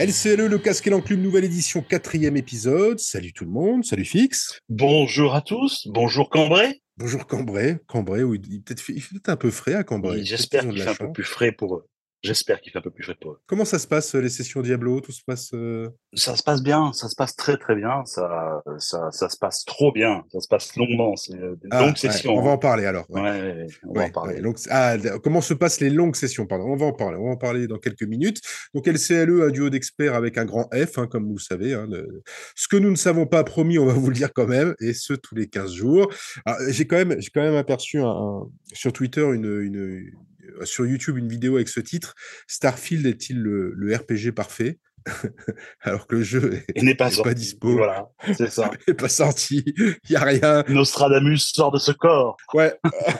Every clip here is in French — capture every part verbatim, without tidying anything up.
L C L E, le casque et l'enclume, nouvelle édition, quatrième épisode. Salut tout le monde, salut Fix. Bonjour à tous, bonjour Cambrai. Bonjour Cambrai. Cambrai, oui, il, peut-être fait, il fait peut-être un peu frais à Et Cambrai. Peut-être qu'ils j'espère ont de qu'il la fait un peu chance. plus frais pour eux. J'espère qu'il fait un peu plus frais pour eux. Comment ça se passe, euh, les sessions Diablo? Tout se passe. euh, Ça se passe bien, ça se passe très très bien, ça, ça, ça se passe trop bien, ça se passe longuement, c'est euh, des longues Ah, ouais, on sessions, va hein. en parler alors. Ouais, Ouais, ouais, ouais, on va en ouais, ouais. parler. Donc, ah, d- comment se passent les longues sessions? Pardon, on va en parler. On va en parler dans quelques minutes. Donc, L C L E, un duo d'experts avec un grand F, hein, comme vous le savez. Hein, le- Ce que nous ne savons pas, promis, on va vous le dire quand même, et ce tous les quinze jours. Alors, j'ai quand même, j'ai quand même aperçu un- un- sur Twitter, une, une- une- sur YouTube, une vidéo avec ce titre. Starfield est-il le, le R P G parfait? Alors que le jeu est, Et n'est pas est pas sorti, dispo, voilà, c'est ça. est pas sorti, il y a rien. Nostradamus sort de ce corps. Ouais,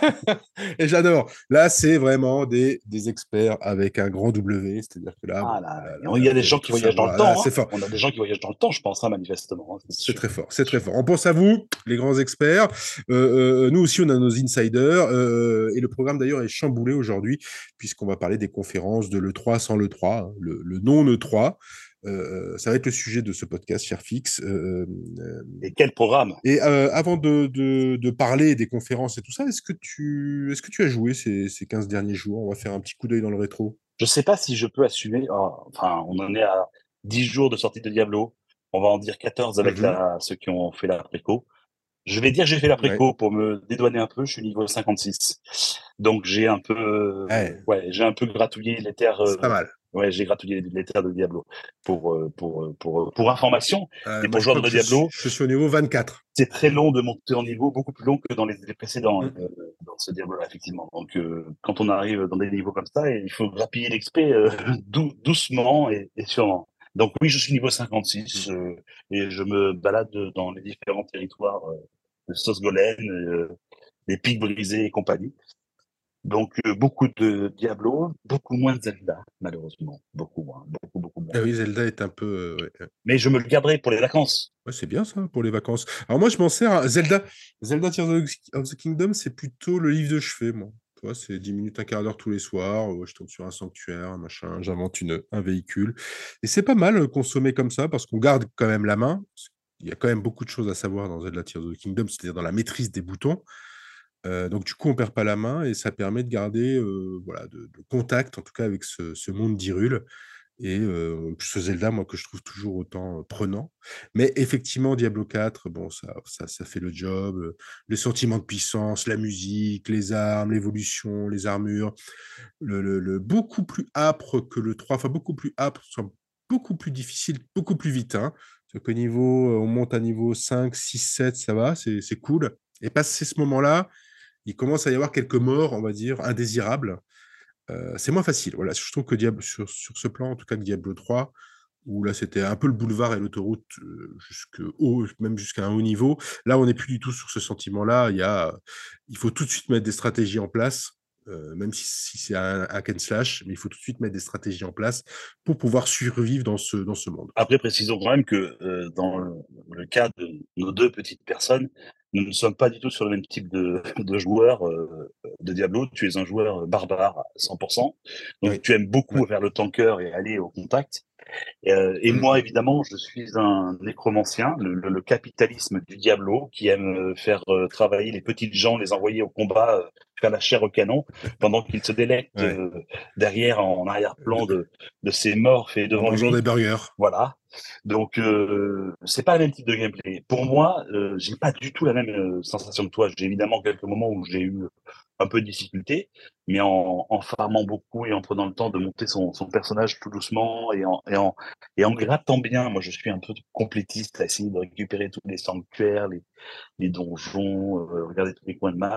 et j'adore. Là, c'est vraiment des, des experts avec un grand W, c'est-à-dire que là, Ah bon, là, là, là, il là, y a des vous allez gens qui tout voyagent dans le savoir. Là, temps, c'est hein. fort. On a des gens qui voyagent dans le temps, je pense, hein, manifestement, hein, c'est C'est sûr, très fort, c'est c'est très sûr. fort. On pense à vous, les grands experts. Euh, euh, nous aussi, on a nos insiders. Euh, et le programme, d'ailleurs, est chamboulé aujourd'hui, puisqu'on va parler des conférences de l'E trois sans l'E trois, hein, le, le non-E trois. Euh, ça va être le sujet de ce podcast, cher Fix. Euh, euh, Et quel programme? et euh, avant de, de, de parler des conférences et tout ça, est-ce que tu, est-ce que tu as joué ces, ces quinze derniers jours? On va faire un petit coup d'œil dans le rétro. Je sais pas si je peux assumer. Oh, enfin, on en est à dix jours de sortie de Diablo. On va en dire quatorze avec Mhm. la, ceux qui ont fait la préco. Je vais dire que j'ai fait la Ouais. préco pour me dédouaner un peu. Je suis niveau cinquante-six. Donc, j'ai un peu, Ouais, euh, ouais, j'ai un peu gratouillé les terres, c'est pas euh, mal. ouais, j'ai gratouillé les terres de Diablo pour, euh, pour, euh, pour, euh, pour information. Euh, Et moi, pour je joueur crois de que je suis, Diablo, je suis au niveau vingt-quatre. c'est très long de monter en niveau, beaucoup plus long que dans les, les précédents, Mm. euh, dans ce Diablo-là, effectivement. Donc, euh, quand on arrive dans des niveaux comme ça, il faut grappiller l'X P euh, dou- doucement et, et sûrement. Donc oui, je suis niveau cinquante-six Mm. euh, et je me balade dans les différents territoires euh, de Sosgolen, euh, les pics brisés et compagnie. Donc euh, beaucoup de Diablo, beaucoup moins de Zelda, malheureusement. Beaucoup moins, beaucoup, beaucoup moins. Ah oui, Zelda est un peu. euh, ouais, ouais. Mais je me le garderai pour les vacances. Ouais, c'est bien ça pour les vacances. Alors moi, je m'en sers. à- Zelda, Zelda Tears of the of the Kingdom, c'est plutôt le livre de chevet, moi. Tu vois, c'est dix minutes, un quart d'heure tous les soirs. euh, je tombe sur un sanctuaire, un machin, j'invente une, un véhicule. Et c'est pas mal euh, consommé comme ça parce qu'on garde quand même la main. Il y a quand même beaucoup de choses à savoir dans Zelda Tears of the Kingdom, c'est-à-dire dans la maîtrise des boutons. Euh, donc du coup, on perd pas la main et ça permet de garder, euh, voilà, de, de contact en tout cas avec ce, ce monde d'Hyrule. Et euh, ce Zelda, moi, que je trouve toujours autant euh, prenant. Mais effectivement, Diablo quatre, bon, ça, ça, ça fait le job. euh, le sentiment de puissance, la musique, les armes, l'évolution, les armures, le, le- le- beaucoup plus âpre que le trois, enfin beaucoup plus âpre, soit beaucoup plus difficile, beaucoup plus vite. Hein. C'est qu'au niveau, euh, on monte à niveau cinq, six, sept, ça va, c'est c'est cool. Et passé ce moment-là, il commence à y avoir quelques morts, on va dire, indésirables. Euh, c'est moins facile. Voilà, je trouve que Diablo, sur, sur ce plan, en tout cas de Diablo trois, où là c'était un peu le boulevard et l'autoroute euh, jusque haut, même jusqu'à un haut niveau. Là, on n'est plus du tout sur ce sentiment-là. Il y a, il faut tout de suite mettre des stratégies en place, euh, même si, si c'est un hack and slash, mais il faut tout de suite mettre des stratégies en place pour pouvoir survivre dans ce, dans ce monde. Après, précisons quand même que euh, dans le, le cas de nos deux petites personnes, nous ne sommes pas du tout sur le même type de, de joueur euh, de Diablo. Tu es un joueur barbare à cent pour cent, donc Oui. tu aimes Ouais. beaucoup faire le tanker et aller au contact. Euh, et moi, Mm, évidemment, je suis un nécromancien, le, le- le capitalisme du Diablo, qui aime euh, faire euh, travailler les petites gens, les envoyer au combat, euh, faire la chair au canon, pendant qu'ils se délectent mm. Ouais. euh, derrière, en arrière-plan De- de, de ces morts faits en devant mangeant lui. des burgers. Voilà. Donc euh, c'est pas le même type de gameplay. Pour moi, euh, j'ai pas du tout la même euh, sensation que toi. J'ai évidemment quelques moments où j'ai eu un peu de difficulté, mais en, en farmant beaucoup et en prenant le temps de monter son, son personnage tout doucement et en, et en et en grattant bien. Moi, je suis un peu complétiste à essayer de récupérer tous les sanctuaires, les, les donjons, euh, regarder tous les coins de map.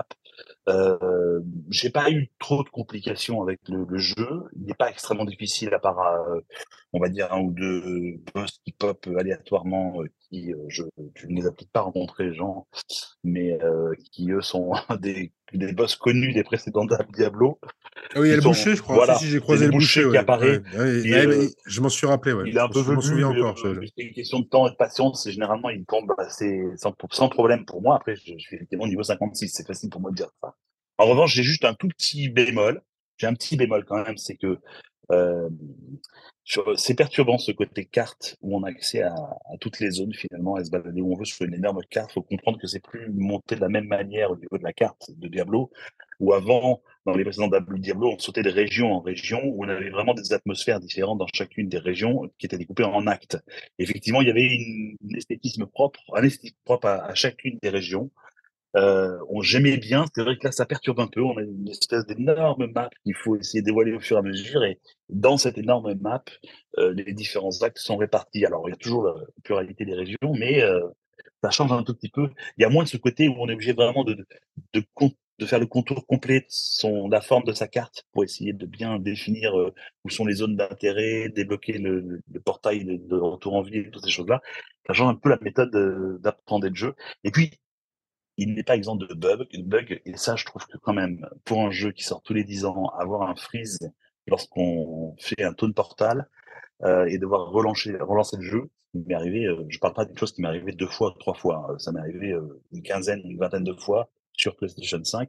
Euh, j'ai pas eu trop de complications avec le, le jeu. Il n'est pas extrêmement difficile à part, euh, on va dire, un ou deux boss qui pop aléatoirement, euh, qui, euh, je, tu ne les as peut-être pas rencontrés, Jean, mais euh, qui, eux, sont des, des boss connus des précédents Diablo, Ah oui, il y a qui le sont, boucher, je crois. Si, si, voilà, j'ai c'est croisé le le boucher, boucher qui ouais. apparaît, Ouais, ouais, et ouais, mais euh, je m'en suis rappelé, ouais. il est Je un m'en peu suis, je m'en velu, souviens mais encore. euh, c'est une question de temps et de patience, et généralement, il tombe assez sans, sans problème pour moi. Après, je, je suis effectivement niveau cinquante-six, c'est facile pour moi de dire ça. En revanche, j'ai juste un tout petit bémol. J'ai un petit bémol quand même, c'est que euh, Sur c'est perturbant ce côté carte où on a accès à à toutes les zones finalement, à se balader où on veut sur une énorme carte. Faut comprendre que c'est plus monté de la même manière au niveau de la carte de Diablo, où avant, dans les précédents Dab Diablo, on sautait de région en région, où on avait vraiment des atmosphères différentes dans chacune des régions qui étaient découpées en actes. Effectivement, il y avait une un esthétisme propre un esthétique propre à à chacune des régions. Heu, on j'aimais bien, c'est vrai que là, ça perturbe un peu. On a une espèce d'énorme map qu'il faut essayer de dévoiler au fur et à mesure et dans cette énorme map, heu, les différents actes sont répartis. Alors, il y a toujours la pluralité des régions, mais heu, ça change un tout petit peu. Il y a moins de ce côté où on est obligé vraiment de de de con de faire le contour complet de son la forme de sa carte pour essayer de bien définir, heu, où sont les zones d'intérêt, débloquer le le le portail de de retour en ville, toutes ces choses-là. Ça change un peu la méthode, heu, d'appréhender le jeu et puis il n'est pas exempt de bug de bugs et ça, je trouve que quand même, pour un jeu qui sort tous les dix ans, avoir un freeze lorsqu'on fait un taunt portal, heu et devoir relancer relancer le jeu, il m'est arrivé, heu, je parle pas d'une chose qui m'est arrivée deux fois, trois fois, hein, ça m'est arrivé, heu, une quinzaine, une vingtaine de fois sur PlayStation cinq.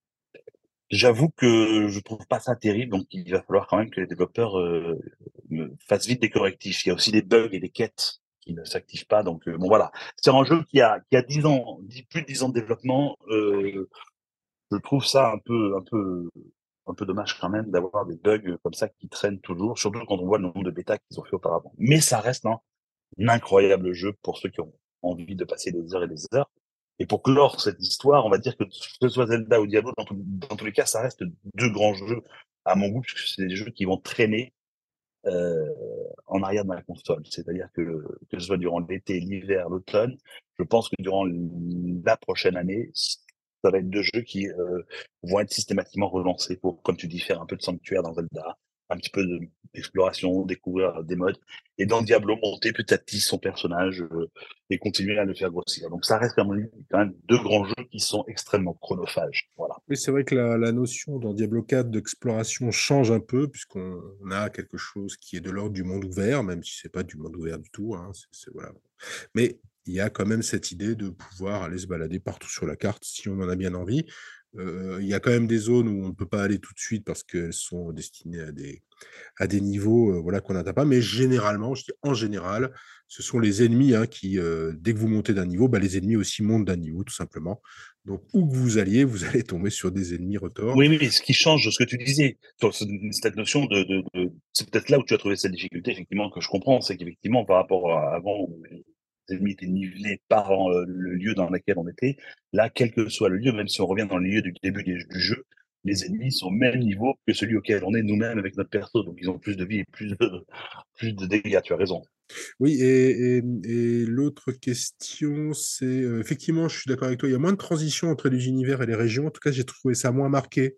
J'avoue que je trouve pas ça terrible, donc il va falloir quand même que les développeurs, heu, me fassent vite des correctifs. Il y a aussi des bugs et des quêtes qui ne s'activent pas, donc heu, bon voilà. C'est un jeu qui a qui a dix ans, dix plus de dix ans de développement, heu, je trouve ça un peu un peu un peu dommage quand même d'avoir des bugs comme ça qui traînent toujours, surtout quand on voit le nombre de bêtas qu'ils ont fait auparavant. Mais ça reste un incroyable jeu pour ceux qui ont envie de passer des heures et des heures. Et pour clore cette histoire, on va dire que que ce soit Zelda ou Diablo, dans tous dans tous les cas, ça reste deux grands jeux à mon goût, puisque c'est des jeux qui vont traîner, heu, en arrière de ma console. C'est-à-dire que que ce soit durant l'été, l'hiver, l'automne, je pense que durant l la prochaine année, ça va être deux jeux qui, heu, vont être systématiquement relancés pour, comme tu dis, faire un peu de sanctuaire dans Zelda, un petit peu de d'exploration, découvrir des modes et dans Diablo, monter petit à petit son personnage, heu et continuer à le faire grossir. Donc ça reste à mon avis quand même deux grands jeux qui sont extrêmement chronophages. Voilà. Oui, c'est vrai que la la notion dans Diablo quatre d'exploration change un peu puisqu'on on a quelque chose qui est de l'ordre du monde ouvert, même si c'est pas du monde ouvert du tout, hein, c'est c'est voilà. Mais il y a quand même cette idée de pouvoir aller se balader partout sur la carte si on en a bien envie. Heu, il y a quand même des zones où on ne peut pas aller tout de suite parce qu'elles sont destinées à des à des niveaux, heu, voilà, qu'on n'atteint pas. Mais généralement, je dis en général, ce sont les ennemis, hein, qui, heu, dès que vous montez d'un niveau, bah, les ennemis aussi montent d'un niveau, tout simplement. Donc où que vous alliez, vous allez tomber sur des ennemis retors. Oui, oui, oui, ce qui change de ce que tu disais, sur ce cette notion de de de c'est peut-être là où tu as trouvé cette difficulté effectivement que je comprends, c'est qu'effectivement par rapport à avant où les ennemis étaient nivelés par, heu, le lieu dans lequel on était, là, quel que soit le lieu, même si on revient dans le lieu du début du du jeu, les ennemis sont au même niveau que celui auquel on est nous-mêmes avec notre perso, donc ils ont plus de vie et plus de plus de dégâts, tu as raison. Oui et et mmh et l'autre question, c'est, heu, effectivement, je suis d'accord avec toi, il y a moins de transition entre les univers et les régions. En tout cas, j'ai trouvé ça moins marqué.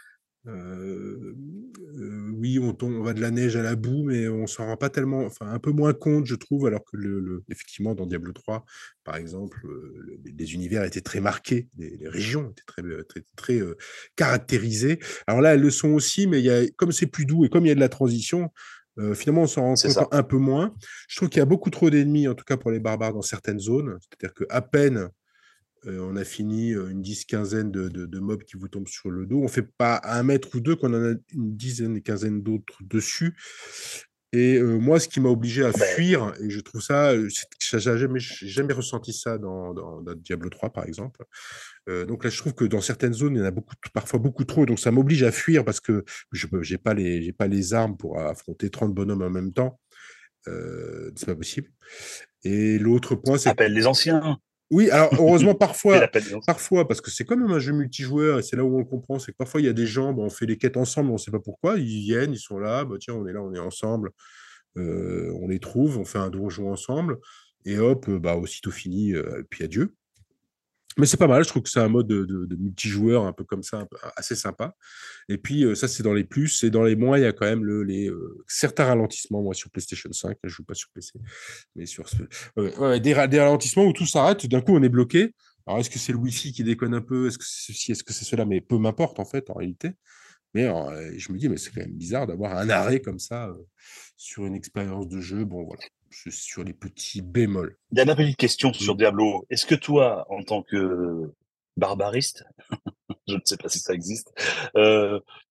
Hem, heu, oui, on tombe on va de la neige à la boue, mais on s'en rend pas tellement enfin, un peu moins compte, je trouve, alors que le le effectivement, dans Diablo trois, par exemple, heu, les les univers étaient très marqués, les les régions étaient très, heu, très très, heu, caractérisées. Alors là, elles le sont aussi, mais il y a comme c'est plus doux et comme il y a de la transition, heu, finalement, on s'en rend C'est compte ça. un peu moins. Je trouve qu'il y a beaucoup trop d'ennemis, en tout cas pour les barbares dans certaines zones. C'est-à-dire qu'à peine Heu, on a fini, heu, une dix quinzaine de de de mobs qui vous tombent sur le dos. On fait pas un mètre ou deux qu'on en a une dizaine, une quinzaine d'autres dessus et heu, moi, ce qui m'a obligé à Beh, fuir et je trouve ça, heu, c'est que j'ai jamais j'ai jamais ressenti ça dans dans dans Diablo trois, par exemple. Heu, donc là, je trouve que dans certaines zones, il y en a beaucoup parfois beaucoup trop et donc ça m'oblige à fuir parce que je peux j'ai pas les j'ai pas les armes pour affronter trente bonhommes en même temps. Heu, c'est pas possible et l'autre point, c'est appelle les anciens, oui, alors heureusement fais parfois l'appel des anciens. parfois parce que c'est quand même un jeu multijoueur et c'est là où on le comprend, c'est que parfois il y a des gens, bah, on fait les quêtes ensemble, on sait pas pourquoi, ils viennent, ils sont là, bah, tiens, on est là, on est ensemble, heu, on les trouve, on fait un donjon ensemble et hop, heu, bah, aussitôt fini, heu, puis adieu. Mais c'est pas mal, je trouve que c'est un mode de de de multijoueur un peu comme ça, un peu assez sympa et puis, heu, ça c'est dans les plus et dans les moins, il y a quand même le les, heu, certains ralentissements, moi sur PlayStation cinq, je joue pas sur P C. Mais sur ce ouais, ouais, des ra des ralentissements où tout s'arrête, d'un coup on est bloqué. Alors est-ce que c'est le wifi qui déconne un peu? Est-ce que c'est ceci? Est-ce que c'est cela? Mais peu m'importe en fait, en réalité. Mais heu, je me dis: «Mais c'est quand même bizarre d'avoir un arrêt comme ça, heu, sur une expérience de jeu». Bon voilà, c'est sur les petits bémols. Dernière petite question sur Mmh. Diablo. Est-ce que toi, en tant que barbariste, je ne sais pas si ça existe, heu,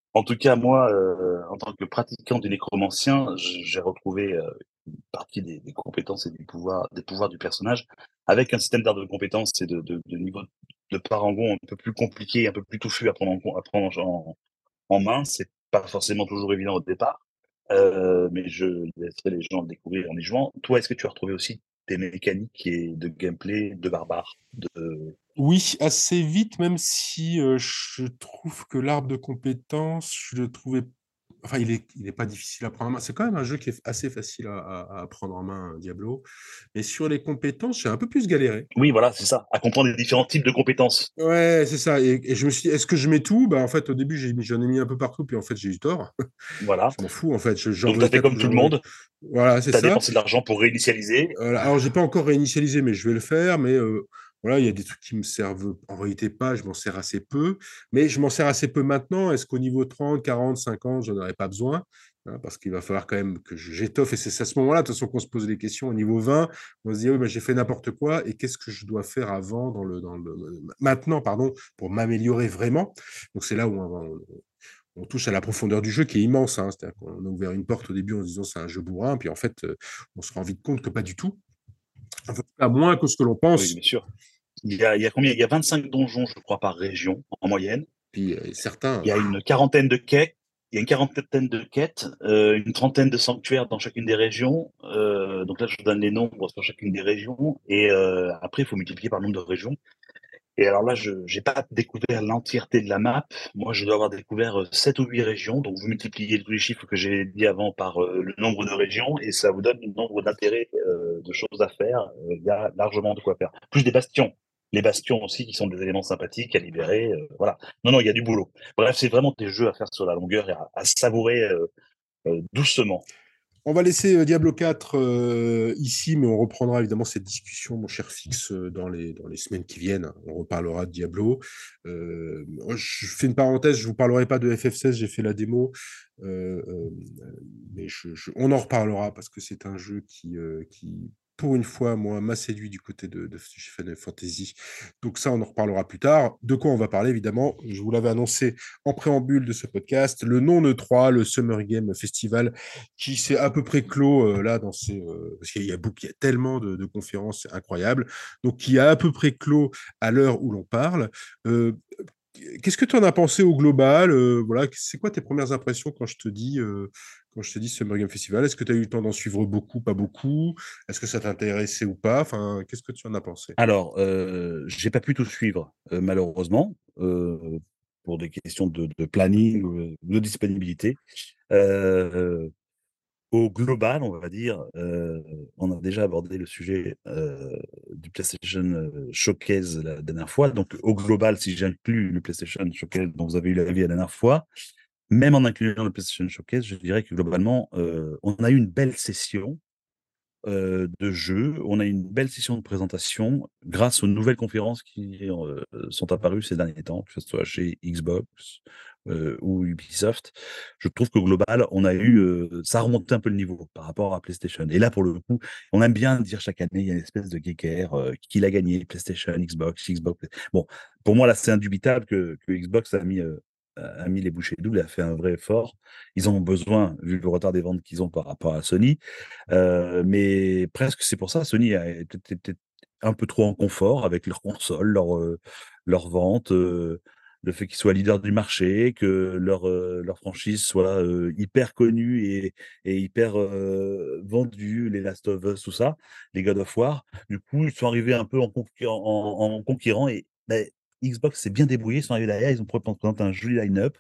En tout cas, moi, euh, en tant que pratiquant du nécromancien, j- j'ai retrouvé euh, une partie des, des compétences et du pouvoir, des pouvoirs du personnage avec un système d'arbre de compétences et de, de, de niveau de parangon un peu plus compliqué, un peu plus touffu à prendre en, com- à prendre en, en main. C'est pas forcément toujours évident au départ, euh, mais je laisserai les gens le découvrir en y jouant. Toi, est-ce que tu as retrouvé aussi des mécaniques et de gameplay de barbare, de... Oui, assez vite, même si euh, je trouve que l'arbre de compétences, je le trouvais. Enfin, il est, il est pas difficile à prendre en main. C'est quand même un jeu qui est assez facile à, à- à prendre en main, euh, Diablo. Mais sur les compétences, j'ai un peu plus galéré. Oui, voilà, c'est ça, à comprendre les différents types de compétences. Ouais, c'est ça. Et, et je me suis dit, est-ce que je mets tout? Bah, en fait, au début, j'ai mis- j'en ai mis un peu partout, puis en fait, j'ai eu tort. Voilà. Je m'en fous, en fait. Je- J'en Donc, tu veux as fait quatre, comme tout le j'en veux. monde, Voilà, c'est tu as ça. dépensé de l'argent pour réinitialiser. Voilà. Alors, j'ai pas encore réinitialisé, mais je vais le faire. Mais euh, voilà, il y a des trucs qui me servent en réalité pas. Je m'en sers assez peu. Mais je m'en sers assez peu maintenant. Est-ce qu'au niveau trente, quarante, cinquante, j'en aurais pas besoin? Hein, parce qu'il va falloir quand même que je- j'étoffe. Et c'est à ce moment-là, de toute façon, qu'on se pose des questions. Au niveau vingt, on se dit, oui, ben, j'ai fait n'importe quoi. Et qu'est-ce que je dois faire avant, dans le, dans le, maintenant, pardon, pour m'améliorer vraiment? Donc, c'est là où on, on touche à la profondeur du jeu qui est immense. Hein. C'est-à-dire qu'on a ouvert une porte au début en se disant c'est un jeu bourrin, puis en fait, euh, on se rend vite compte que pas du tout. Enfin, pas moins que ce que l'on Oui, pense. bien sûr. Il y a, il y a combien? Il y a vingt-cinq donjons, je crois, par région, en moyenne. Puis euh, certains, Il y a une quarantaine de quêtes. Il y a une quarantaine de quêtes, euh, une trentaine de sanctuaires dans chacune des régions. Euh, donc là, je vous donne les nombres sur chacune des régions. Et euh, après, il faut multiplier par le nombre de régions. Et alors là, je n'ai pas découvert l'entièreté de la map. Moi, je dois avoir découvert euh, sept ou huit régions. Donc, vous multipliez tous les chiffres que j'ai dit avant par euh, le nombre de régions et ça vous donne le nombre d'intérêts, euh, de choses à faire. Euh, Il y a largement de quoi faire. Plus des bastions. Les bastions aussi, qui sont des éléments sympathiques à libérer. Euh, voilà. Non, non, il y a du boulot. Bref, c'est vraiment des jeux à faire sur la longueur et à, à savourer euh, euh, doucement. on va laisser euh, Diablo quatre euh, ici, mais on reprendra évidemment cette discussion, mon cher Fix, euh, dans les, dans les semaines qui viennent. On reparlera de Diablo. Euh, je fais une parenthèse, je ne vous parlerai pas de F F seize, j'ai fait la démo, euh, euh, mais je, je, on en reparlera parce que c'est un jeu qui, euh, qui pour une fois, moi, m'a séduit du côté de, de Final Fantasy. Donc ça, on en reparlera plus tard. De quoi on va parler, évidemment, je vous l'avais annoncé en préambule de ce podcast, le non E trois, le Summer Game Festival, qui s'est à peu près clos euh, là dans ces euh, parce qu'il y a beaucoup, il y a tellement de, de conférences incroyables, donc qui a à peu près clos à l'heure où l'on parle. Euh, Qu'est-ce que tu en as pensé au global? Euh, voilà, c'est quoi tes premières impressions quand je te dis euh, quand je te dis Summer Game Festival? Est-ce que tu as eu le temps d'en suivre beaucoup, pas beaucoup? Est-ce que ça t'intéressait ou pas? Enfin, qu'est-ce que tu en as pensé? Alors, euh, j'ai pas pu tout suivre, euh, malheureusement, euh, pour des questions de, de planning ou de disponibilité. Euh, Au global, on va dire, euh, on a déjà abordé le sujet euh, du PlayStation euh, Showcase la dernière fois. Donc, au global, si j'inclus le PlayStation Showcase dont vous avez eu l'avis la dernière fois, même en incluant le PlayStation Showcase, je dirais que globalement, euh, on a eu une belle session euh, de jeux. On a eu une belle session de présentation grâce aux nouvelles conférences qui euh, sont apparues ces derniers temps, que ce soit chez Xbox euh, ou Ubisoft. Je trouve qu'au global, on a eu, euh, ça a remonté un peu le niveau par rapport à PlayStation. Et là, pour le coup, on aime bien dire chaque année, il y a une espèce de guéguerre, euh, qui l'a gagné, PlayStation, Xbox, Xbox. Bon, pour moi, là, c'est indubitable que, que Xbox a mis, euh, a mis les bouchées doubles, a fait un vrai effort. Ils en ont besoin, vu le retard des ventes qu'ils ont par rapport à Sony. Euh, mais presque, c'est pour ça, Sony a été été un peu trop en confort avec leurs consoles, leurs euh, leurs ventes, euh, le fait qu'ils soient leaders du marché, que leur, euh, leur franchise soit euh, hyper connue et, et hyper euh, vendue, les Last of Us, tout ça, les God of War. Du coup, ils sont arrivés un peu en conquérant, en, en conquérant et ben, Xbox s'est bien débrouillé, ils sont arrivés derrière, ils ont présenté un joli line-up.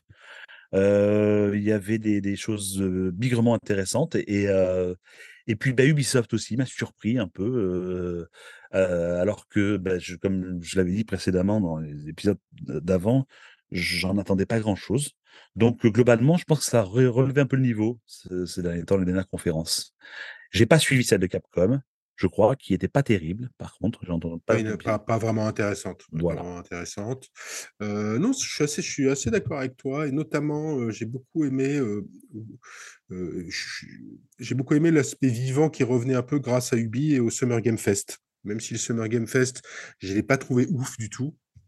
Euh, il y avait des, des choses euh, bigrement intéressantes et, euh, et puis bah, Ubisoft aussi m'a surpris un peu euh, euh, alors que bah, je, comme je l'avais dit précédemment dans les épisodes d'avant, j'en attendais pas grand-chose. Donc euh, globalement, je pense que ça a re- relevé un peu le niveau ce- ces derniers temps, les dernières conférences. J'ai pas suivi celle de Capcom, je crois, qui était pas terrible. Par contre, j'entends Pas, pas de une- bien. pas, pas vraiment intéressante. Ouais, pas Voilà. vraiment intéressante. Euh, non, je suis assez, je suis assez d'accord avec toi. Et notamment, euh, j'ai beaucoup aimé, euh, euh, je- j'ai beaucoup aimé l'aspect vivant qui revenait un peu grâce à Ubi et au Summer Game Fest. Même si le Summer Game Fest, je ne l'ai pas trouvé ouf du tout.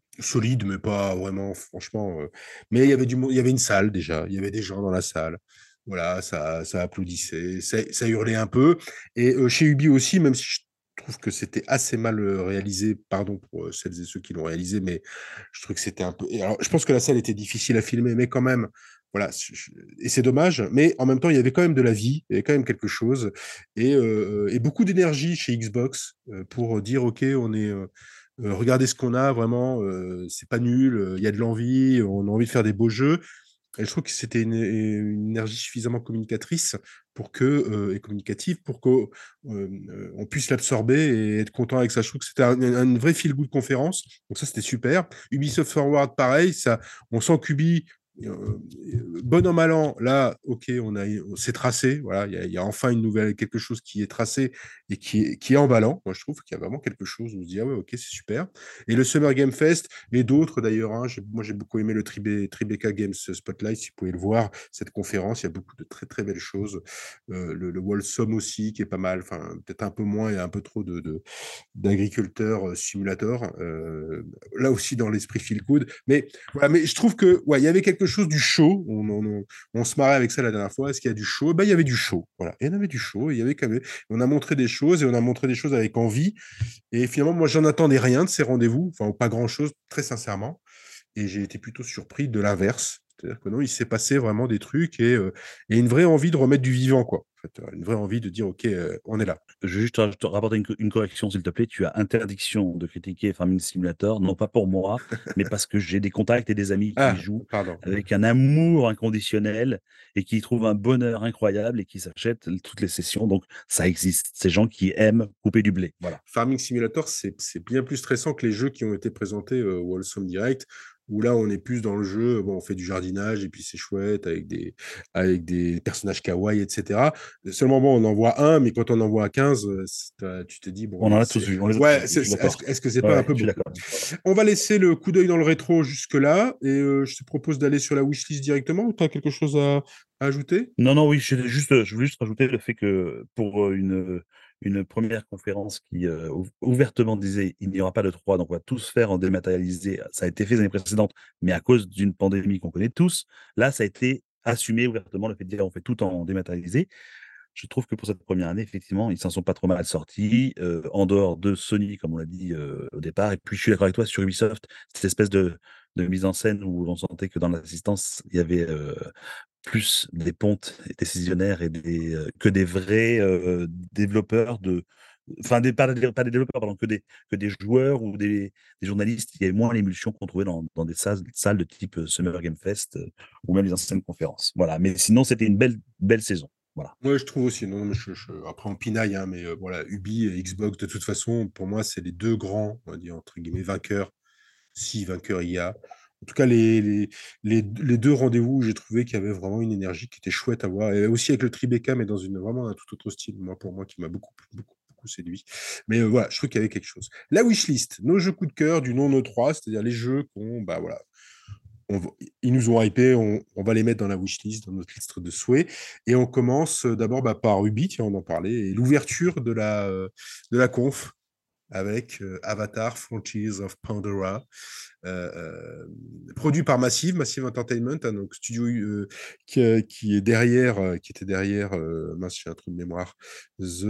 solide, mais pas vraiment, franchement. euh. Mais il y avait du monde, il y avait une salle déjà, il y avait des gens dans la salle. Voilà, ça, ça applaudissait, ça, ça hurlait un peu. Et euh, chez Ubi aussi, même si je trouve que c'était assez mal euh, réalisé, pardon pour euh, celles et ceux qui l'ont réalisé, mais je trouve que c'était un peu. Et alors, je pense que la salle était difficile à filmer, mais quand même, voilà. je- je- Et c'est dommage, mais en même temps, il y avait quand même de la vie, il y avait quand même quelque chose, et, euh, et beaucoup d'énergie chez Xbox euh, pour dire, OK, on est. euh, euh, regardez ce qu'on a, vraiment, euh, c'est pas nul, euh, il y a de l'envie, on a envie de faire des beaux jeux. Et je trouve que c'était une, une énergie suffisamment communicatrice pour que, euh, et communicative pour qu'on euh, on puisse l'absorber et être content avec ça. Je trouve que c'était un, une vraie feel-good conférence. Donc ça, c'était super. Ubisoft Forward, pareil, ça, on sent qu'Ubi, euh, bon an, mal an, là, ok, on a, c'est tracé. Voilà, il y, a, il y a enfin une nouvelle, quelque chose qui est tracé et qui est, qui est emballant. Moi, je trouve qu'il y a vraiment quelque chose où on se dit, ah ouais, ok, c'est super. Et le Summer Game Fest, et d'autres d'ailleurs. Hein, j'ai- moi, j'ai beaucoup aimé le Tribe- Tribeca Games Spotlight, si vous pouvez le voir, cette conférence. Il y a beaucoup de très, très belles choses. Euh, le, le Wholesome aussi, qui est pas mal. Enfin, peut-être un peu moins et un peu trop de, de- d'agriculteurs euh, simulator. Euh, là aussi, dans l'esprit feel good. Mais, voilà, mais je trouve que, ouais, il y avait quelque chose du show. On, on, on, on se marrait avec ça la dernière fois. Est-ce qu'il y a du show? Ben, il y avait du show. Voilà. Il y en avait du show. Il y avait quand même, on a montré des choses et on a montré des choses avec envie. Et finalement, moi, j'en attendais rien de ces rendez-vous, enfin, pas grand-chose, très sincèrement. Et j'ai été plutôt surpris de l'inverse. C'est-à-dire que non, il s'est passé vraiment des trucs et, euh, et une vraie envie de remettre du vivant, quoi. En fait, une vraie envie de dire, OK, euh, on est là. Je veux juste te te rapporter une, co- une correction, s'il te plaît. Tu as interdiction de critiquer Farming Simulator, non pas pour moi, mais parce que j'ai des contacts et des amis qui y Ah, jouent pardon. avec un amour inconditionnel et qui y trouvent un bonheur incroyable et qui s'achètent toutes les sessions. Donc, ça existe. Ces gens qui aiment couper du blé. Voilà. Farming Simulator, c'est c'est bien plus stressant que les jeux qui ont été présentés euh, au Wholesome Direct, où là, on est plus dans le jeu, bon, on fait du jardinage, et puis c'est chouette, avec des, avec des personnages kawaii, et cetera. Seulement, bon, on en voit un, mais quand on en voit quinze, euh, c'est, euh, tu te dis, bon, On en a tous c'est... vu. On les a tous Ouais, vus. Je c'est- suis c'est- est-ce, d'accord. est-ce que c'est Ouais, pas un ouais, peu je suis beaucoup? d'accord. On va laisser le coup d'œil dans le rétro jusque-là, et euh, je te propose d'aller sur la wishlist directement, ou tu as quelque chose à, à ajouter? Non, non, oui, je, juste, je voulais juste rajouter le fait que pour euh, une, une première conférence qui euh, ou- ouvertement disait il n'y aura pas de trois, donc on va tous faire en dématérialisé, ça a été fait les années précédentes, mais à cause d'une pandémie qu'on connaît tous, là, ça a été assumé ouvertement le fait de dire on fait tout en dématérialisé. Je trouve que pour cette première année, effectivement, ils s'en sont pas trop mal sortis, euh, en dehors de Sony, comme on l'a dit euh, au départ. Et puis, je suis d'accord avec toi sur Ubisoft, cette espèce de, de mise en scène où on sentait que dans l'assistance, il y avait euh, plus des pontes décisionnaires et des, euh, que des vrais euh, développeurs de. Enfin, des, pas, des, pas des développeurs, pardon, que des, que des joueurs ou des, des journalistes. Il y avait moins l'émulsion qu'on trouvait dans, dans des salles, salles de type euh, Summer Game Fest euh, ou même les anciennes conférences. Voilà. Mais sinon, c'était une belle, belle saison. Voilà. Ouais, je trouve aussi. Non, mais je, je- après, on pinaille, hein, mais euh, voilà, Ubi et Xbox, de toute façon, pour moi, c'est les deux grands, on va dire, entre guillemets, vainqueurs, si vainqueurs il y a. En tout cas, les, les, les, les deux rendez-vous où j'ai trouvé qu'il y avait vraiment une énergie qui était chouette à voir. Et aussi avec le Tribeca, mais dans une, vraiment un tout autre style, moi, pour moi, qui m'a beaucoup, beaucoup, beaucoup séduit. Mais euh, voilà, je trouve qu'il y avait quelque chose. La wishlist, nos jeux coup de cœur du non E trois, c'est-à-dire les jeux qu'on, bah voilà, on va- ils nous ont hypé, on, on va les mettre dans la wishlist, dans notre liste de souhaits. Et on commence euh, d'abord bah, par Ubi, tiens, on en parlait, et l'ouverture de la, euh, de la conf avec euh, Avatar, Frontiers of Pandora, euh, euh, produit par Massive, Massive Entertainment, un donc studio euh, qui, euh, qui est derrière, euh, qui était derrière, euh, mince, j'ai un trou de mémoire, The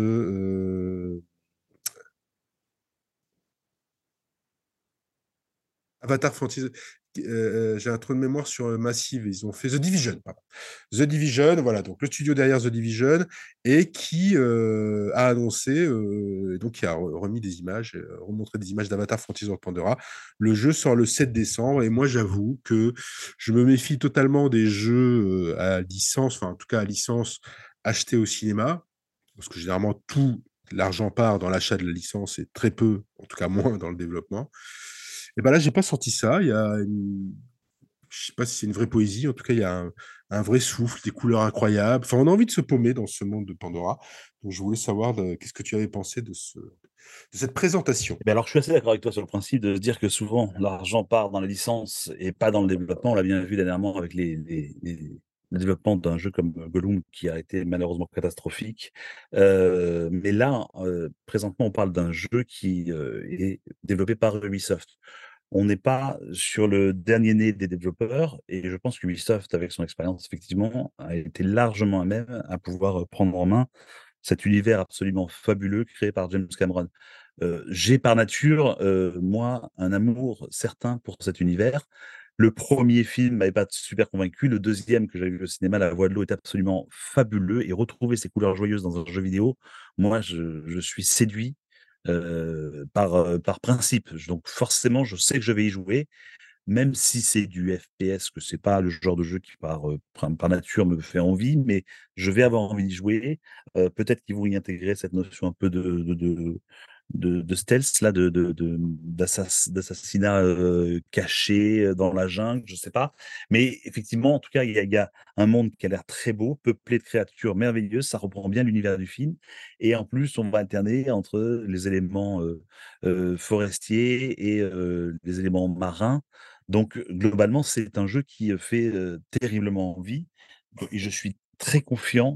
euh, Avatar Frontiers. Euh, euh, j'ai un trou de mémoire sur euh, Massive. Ils ont fait The Division. Pardon. The Division, voilà, donc le studio derrière The Division, et qui euh, a annoncé, euh, donc qui a remis des images, euh, remontré des images d'Avatar Frontiers of Pandora. Le jeu sort le sept décembre, et moi j'avoue que je me méfie totalement des jeux euh, à licence, enfin en tout cas à licence achetés au cinéma, parce que généralement tout l'argent part dans l'achat de la licence et très peu, en tout cas moins dans le développement. Et ben là, j'ai pas senti ça. Il y a une... Je sais pas si c'est une vraie poésie. En tout cas, il y a un, un vrai souffle, des couleurs incroyables. Enfin, on a envie de se paumer dans ce monde de Pandora. Donc, je voulais savoir de- qu'est-ce que tu avais pensé de, ce, de cette présentation. Eh bien, alors, je suis assez d'accord avec toi sur le principe de se dire que souvent, l'argent part dans la licence et pas dans le développement. On l'a bien vu dernièrement avec les, les- les- le développement d'un jeu comme Gollum qui a été malheureusement catastrophique. Euh, mais là, euh, présentement, on parle d'un jeu qui euh, est développé par Ubisoft. on n'est pas sur le dernier né des développeurs et je pense qu'Ubisoft, avec son expérience, effectivement, a été largement à même à pouvoir, heu, prendre en main cet univers absolument fabuleux créé par James Cameron. Heu, j'ai par nature, heu, moi, un amour certain pour cet univers. Le premier film m'avait pas super convaincu. Le deuxième que j'avais vu au cinéma, La Voix de l'eau, est absolument fabuleux et retrouver ces couleurs joyeuses dans un jeu vidéo, moi, je je suis séduit, heu, par, heu, par principe. J donc forcément, je sais que je vais y jouer, même si c'est du F P S, que c'est pas le genre de jeu qui par, heu, prin par nature me fait envie, mais je vais avoir envie d'y jouer. Heu, peut-être qu'ils vont y intégrer cette notion un peu de de de de de stealth là, de de de d'assas d'assassinat, heu, caché, heu, dans la jungle, je sais pas. Mais effectivement, en tout cas, il y a il y a un monde qui a l'air très beau, peuplé de créatures merveilleuses, ça reprend bien l'univers du film et en plus, on va alterner entre les éléments, heu heu, forestiers et heu, les éléments marins. Donc globalement, c'est un jeu qui, heu, fait, heu, terriblement envie et je suis très confiant,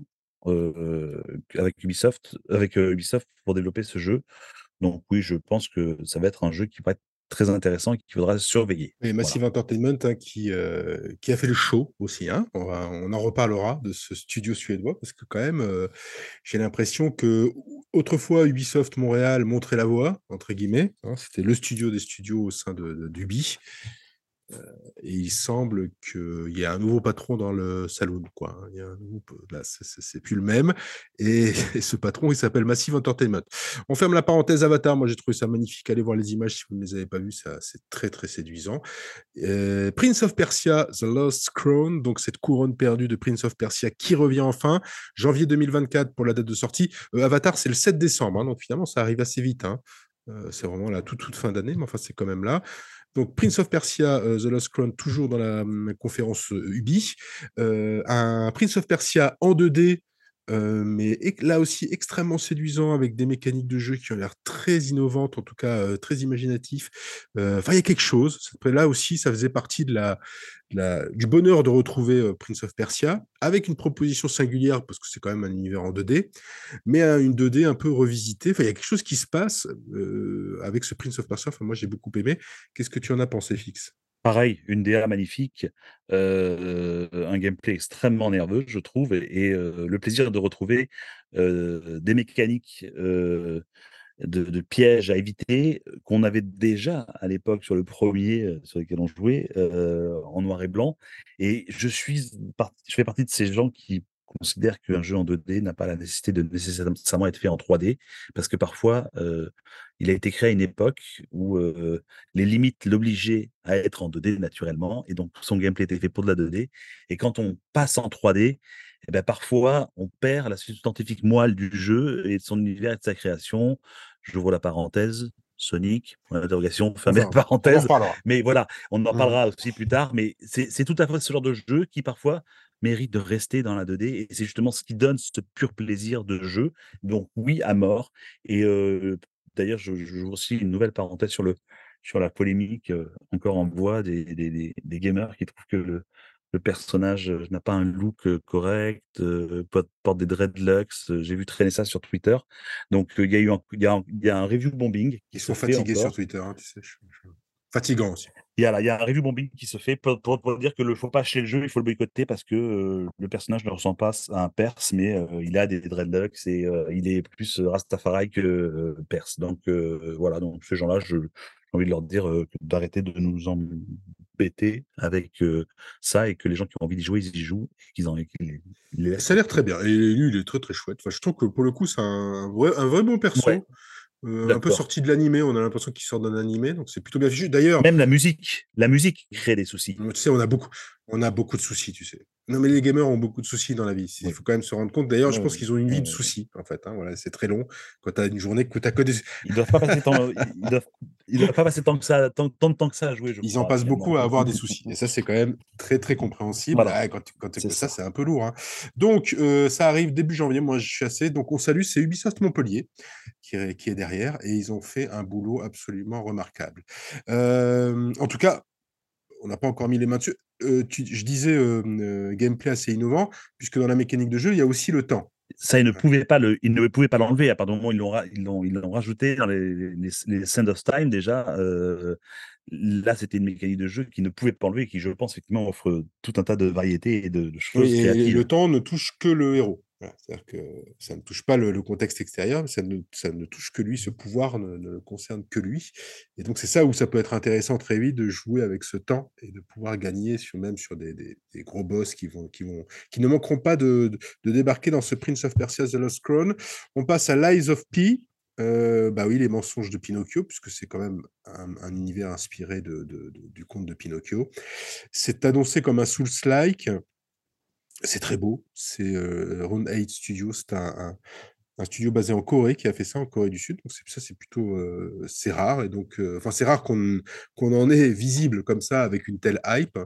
heu, avec Ubisoft avec, heu, Ubisoft pour développer ce jeu. Donc oui, je pense que ça va être un jeu qui va être très intéressant et qu'il faudra surveiller. Et Voilà. Massive Entertainment, hein, qui, heu, qui a fait le show aussi, hein. On va on en reparlera de ce studio suédois parce que quand même, heu, j'ai l'impression qu'autrefois Ubisoft Montréal «montrait la voie» entre guillemets, hein. C'était le studio des studios au sein de de d'Ubi. Heu et il semble qu'il y a un nouveau patron dans le saloon, quoi, hein. Il y a un nouveau p là, c'est c'est c'est plus le même et et ce patron, il s'appelle Massive Entertainment. On ferme la parenthèse Avatar. Moi, j'ai trouvé ça magnifique. Allez voir les images si vous ne les avez pas vues, ça c'est très, très séduisant. Heu, Prince of Persia: The Lost Crown, donc cette couronne perdue de Prince of Persia qui revient enfin. Janvier deux mille vingt-quatre pour la date de sortie. Heu, Avatar, c'est le sept décembre, hein, donc finalement, ça arrive assez vite, hein. Heu, c'est vraiment la toute, toute fin d'année, mais enfin, c'est quand même là. Donc Prince of Persia, heu, The Lost Crown, toujours dans la, mmh, conférence, heu, Ubi. Heu, un Prince of Persia en deux D, heu, mais ec là aussi extrêmement séduisant avec des mécaniques de jeu qui ont l'air très innovantes, en tout cas, heu, très imaginatifs. Heu, enfin, il y a quelque chose. Là aussi, ça faisait partie de la de la du bonheur de retrouver, heu, Prince of Persia avec une proposition singulière parce que c'est quand même un univers en deux D, mais à une deux D un peu revisitée. Enfin, il y a quelque chose qui se passe, heu, avec ce Prince of Persia. Enfin, moi, j'ai beaucoup aimé. Qu'est-ce que tu en as pensé, Fix? Pareil, une D A magnifique, heu, un gameplay extrêmement nerveux, je trouve et et heu, le plaisir de retrouver, heu, des mécaniques, heu, de de pièges à éviter, heu, qu'on avait déjà à l'époque sur le premier, heu, sur lequel on jouait, heu, en noir et blanc et je suis part je fais partie de ces gens qui considèrent qu'un jeu en deux D n'a pas la nécessité de nécessairement être fait en trois D. Parce que parfois, heu, il a été créé à une époque où, heu, les limites l'obligeaient à être en deux D naturellement et donc son gameplay était fait pour de la deux D et quand on passe en trois D et bah, parfois on perd la substantifique moelle du jeu et de son univers et de sa création. J'ouvre la parenthèse, Sonic, point d'interrogation, fermez la Enfin, on en parenthèse. reparlera. Mais voilà, on en Mmh. parlera aussi plus tard, mais c'est c'est tout à fait ce genre de jeu qui parfois mérite de rester dans la deux D et c'est justement ce qui donne ce pur plaisir de jeu. Donc oui, à mort et heu, d'ailleurs, je j'ouvre aussi une nouvelle parenthèse sur le sur la polémique, heu, encore en voix des des des des gamers qui trouvent que le le personnage, heu, n'a pas un look, heu, correct, heu, porte porte des dreadlocks, heu, j'ai vu traîner ça sur Twitter. Donc, heu, il y a eu un il y a un il y a un review bombing qui Ils se sont fait fatigués sur encore. Twitter, hein, tu sais? Je je fatigant aussi. Il y a là, il y a un review bombing qui se fait pour pour pour dire que le faut pas acheter le jeu, il faut le boycotter parce que, heu, le personnage ne ressemble pas à un perse, mais, heu, il a des dreadlocks et heu, il est plus, heu, rastafari que, heu, perse. Donc, heu, voilà, donc ces gens-là, je j'ai envie de leur dire, heu, d'arrêter de nous embêter avec, heu, ça et que les gens qui ont envie d'y jouer, ils y jouent et qu'ils en et qu'ils les les laissent Ça a l'air très tranquilles. bien et lui, il est très, très chouette. Enfin, je trouve que pour le coup, c'est un vrai un vrai bon Ouais, perso, heu, un peu d'accord. sorti de l'animé. On a l'impression qu'il sort d'un animé, donc c'est plutôt bien fichu. D'ailleurs, Même la musique, la musique crée des soucis. tu sais, on a beaucoup on a beaucoup de soucis, tu sais? Non, mais les gamers ont beaucoup de soucis dans la vie. Il Oui. faut quand même se rendre compte. D'ailleurs, je Ouais, pense ouais, qu'ils ont une vie ouais, de ouais, ouais. soucis, en fait, hein, voilà, c'est très long. Quand tu as une journée que tu as que des Ils doivent pas passer tant ils doivent ils doivent pas passer tant que ça tant tant de temps que ça à jouer, je ils en crois, passent beaucoup finalement. à avoir des soucis et ça, c'est quand même très, très compréhensible. Voilà, Ah, quand tu quand tu c'est que ça, ça. c'est un peu lourd, hein. Donc heu, ça arrive début janvier. Moi, je suis assez donc on salue, c'est Ubisoft Montpellier qui est qui est derrière et ils ont fait un boulot absolument remarquable. Hem, en tout cas, on n'a pas encore mis les mains dessus. Heu, tu je disais, hem, heu, gameplay assez innovant puisque dans la mécanique de jeu, il y a aussi le temps. Ça, ils ne Ouais. pouvaient pas le, ils ne pouvaient pas l'enlever. À partir du moment où ils l'ont, ra- ils l'ont, ils l'ont rajouté dans les, les, les Sand of Time déjà. Euh, là, c'était une mécanique de jeu qui ne pouvait pas enlever, et qui, je pense, effectivement, offre tout un tas de variétés et de, de Oui, choses et le créatives. temps ne touche que le héros. Voilà, c'est-à-dire que ça ne touche pas le, le contexte extérieur, mais ça ne, ça ne touche que lui, ce pouvoir ne, ne le concerne que lui. Et donc c'est ça où ça peut être intéressant très vite de jouer avec ce temps et de pouvoir gagner sur, même sur des, des- des gros boss qui, vont, qui, vont, qui ne manqueront pas de, de- de débarquer dans ce Prince of Persia The Lost Crown. On passe à Lies of P. Euh, bah oui, les mensonges de Pinocchio, puisque c'est quand même un, un univers inspiré de, de- de- du conte de Pinocchio. C'est annoncé comme un Souls-like. C'est très beau. C'est euh, Round eight Studios. C'est un, un- un studio basé en Corée qui a fait ça en Corée du Sud. Donc c'est- ça, c'est plutôt euh, c'est rare. Et donc, euh, enfin, c'est rare qu'on qu'on en ait visible comme ça avec une telle hype.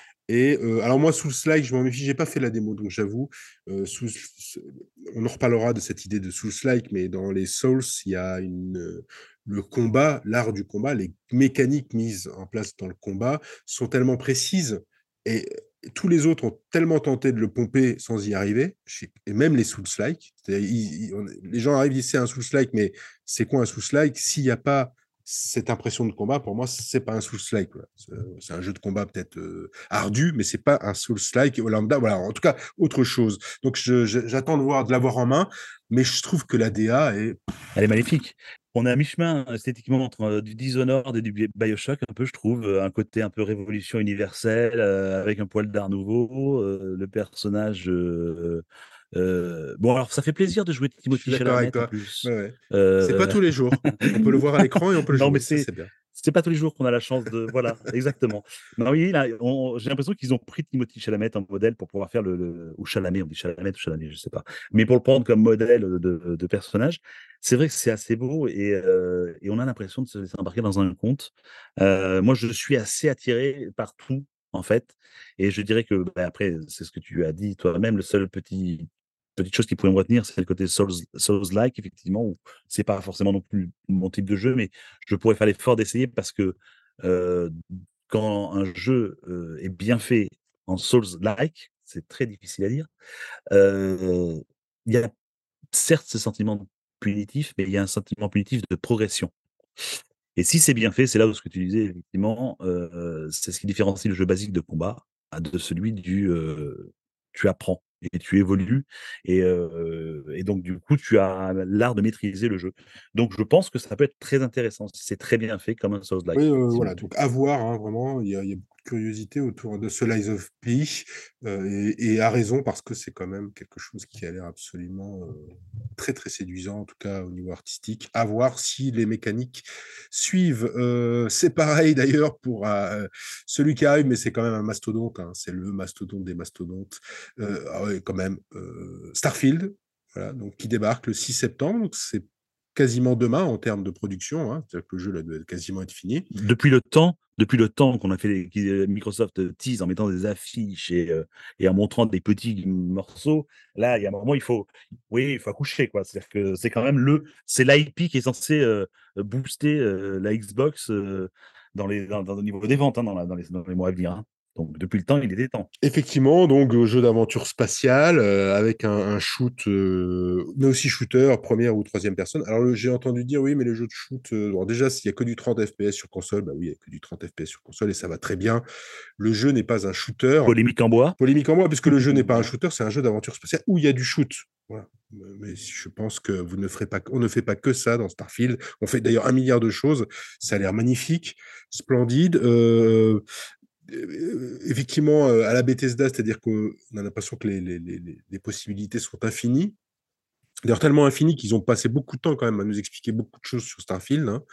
Et euh, alors moi, Souls-like, je m'en méfie. J'ai pas fait la démo, donc j'avoue. euh, Souls- on en reparlera de cette idée de Souls-like, mais dans les Souls, il y a une euh, le combat, l'art du combat, les mécaniques mises en place dans le combat sont tellement précises et tous les autres ont tellement tenté de le pomper sans y arriver, et même les Souls-like. C'est-à-dire, ils- ils- on- les gens arrivent, ils disent c'est un Souls-like, mais c'est quoi un Souls-like? S'il n'y a pas cette impression de combat, pour moi, c'est pas un Souls-like. Quoi. C'est c'est un jeu de combat peut-être euh, ardu, mais c'est pas un Souls-like lambda. Voilà, en tout cas, autre chose. Donc, je- je- j'attends de voir, de l'avoir en main, mais je trouve que la D A est. Elle est magnifique. On est à mi-chemin esthétiquement entre euh, du Dishonored et du Bi- BioShock, un peu, je trouve. euh, Un côté un peu révolution universelle, euh, avec un poil d'art nouveau. euh, le personnage. euh, euh, Bon, alors, ça fait plaisir de jouer Je suis Timothée d'accord avec Chalamet en toi. plus. Ouais, ouais. C'est pas Euh, tous les jours. On peut le voir à l'écran et on peut le Non, mais jouer. Ça, c'est c'est bien. c'est pas tous les jours qu'on a la chance de. Voilà, exactement. Non, oui, là, on- j'ai l'impression qu'ils ont pris Timothée Chalamet en modèle pour pouvoir faire le, le- ou Chalamet, on dit Chalamet ou Chalamet, je sais pas. Mais pour le prendre comme modèle de, de- de personnage, c'est vrai que c'est assez beau et, euh, et on a l'impression de se laisser embarquer dans un conte. Euh, moi, je suis assez attiré par tout, en fait. Et je dirais que, bah, après, c'est ce que tu as dit toi-même, le seul petit petite chose qui pourrait me retenir, c'est le côté Souls, Souls-like, effectivement, où c'est pas forcément non plus mon type de jeu, mais je pourrais faire l'effort d'essayer parce que euh, quand un jeu euh, est bien fait en Souls-like, c'est très difficile à dire, euh, il y a certes ce sentiment punitif, mais il y a un sentiment punitif de progression. Et si c'est bien fait, c'est là où ce que tu disais, effectivement, euh, c'est ce qui différencie le jeu basique de combat à de celui du euh, tu apprends et tu évolues. Et, euh, et donc, du coup, tu as l'art de maîtriser le jeu. Donc, je pense que ça peut être très intéressant si c'est très bien fait, comme un Oui, Souls-like, euh, effectivement. voilà, donc à voir, hein, vraiment, il y a, il y a beaucoup de curiosité autour de ce Lies of P, euh, et, et à raison, parce que c'est quand même quelque chose qui a l'air absolument euh, très très séduisant, en tout cas au niveau artistique. À voir si les mécaniques suivent. Euh, c'est pareil d'ailleurs pour euh, celui qui arrive, mais c'est quand même un mastodonte, hein, c'est le mastodonte des mastodontes. Euh, ah ouais, quand même, euh, Starfield, voilà, donc, qui débarque le six septembre, donc c'est quasiment demain en termes de production, hein, c'est-à-dire que le jeu là, doit quasiment être fini. Depuis le temps, depuis le temps qu'on a fait les- qui- euh, Microsoft euh, tease en mettant des affiches et, euh, et en montrant des petits morceaux, là, il y a un moment, il faut, oui, il faut accoucher, quoi. C'est-à-dire que c'est quand même le, c'est l'I P qui est censé euh, booster euh, la Xbox euh, dans les, dans, dans- au niveau des ventes, hein, dans, la- dans les, dans les mois à venir, hein. Donc, depuis le temps, il était temps. Effectivement, donc euh, jeu d'aventure spatiale euh, avec un, un shoot, euh, mais aussi shooter, première ou troisième personne. Alors le- j'ai entendu dire oui, mais les jeux de shoot, euh, alors déjà s'il y a que du trente F P S sur console, bah oui, il y a que du trente F P S sur console et ça va très bien. Le jeu n'est pas un shooter. Polémique en bois. Polémique en moi, puisque le jeu n'est pas un Voilà. shooter, c'est un jeu d'aventure spatiale où il y a du shoot. Voilà. Euh, Mais je pense que vous ne ferez pas, on ne fait pas que ça dans Starfield. On fait d'ailleurs un milliard de choses. Ça a l'air magnifique, splendide. Euh, euh, effectivement, euh, à la Bethesda, c'est-à-dire qu'on a l'impression que les, les, les, les possibilités sont infinies. D'ailleurs, tellement infinies qu'ils ont passé beaucoup de temps quand même à nous expliquer beaucoup de choses sur Starfield, hein.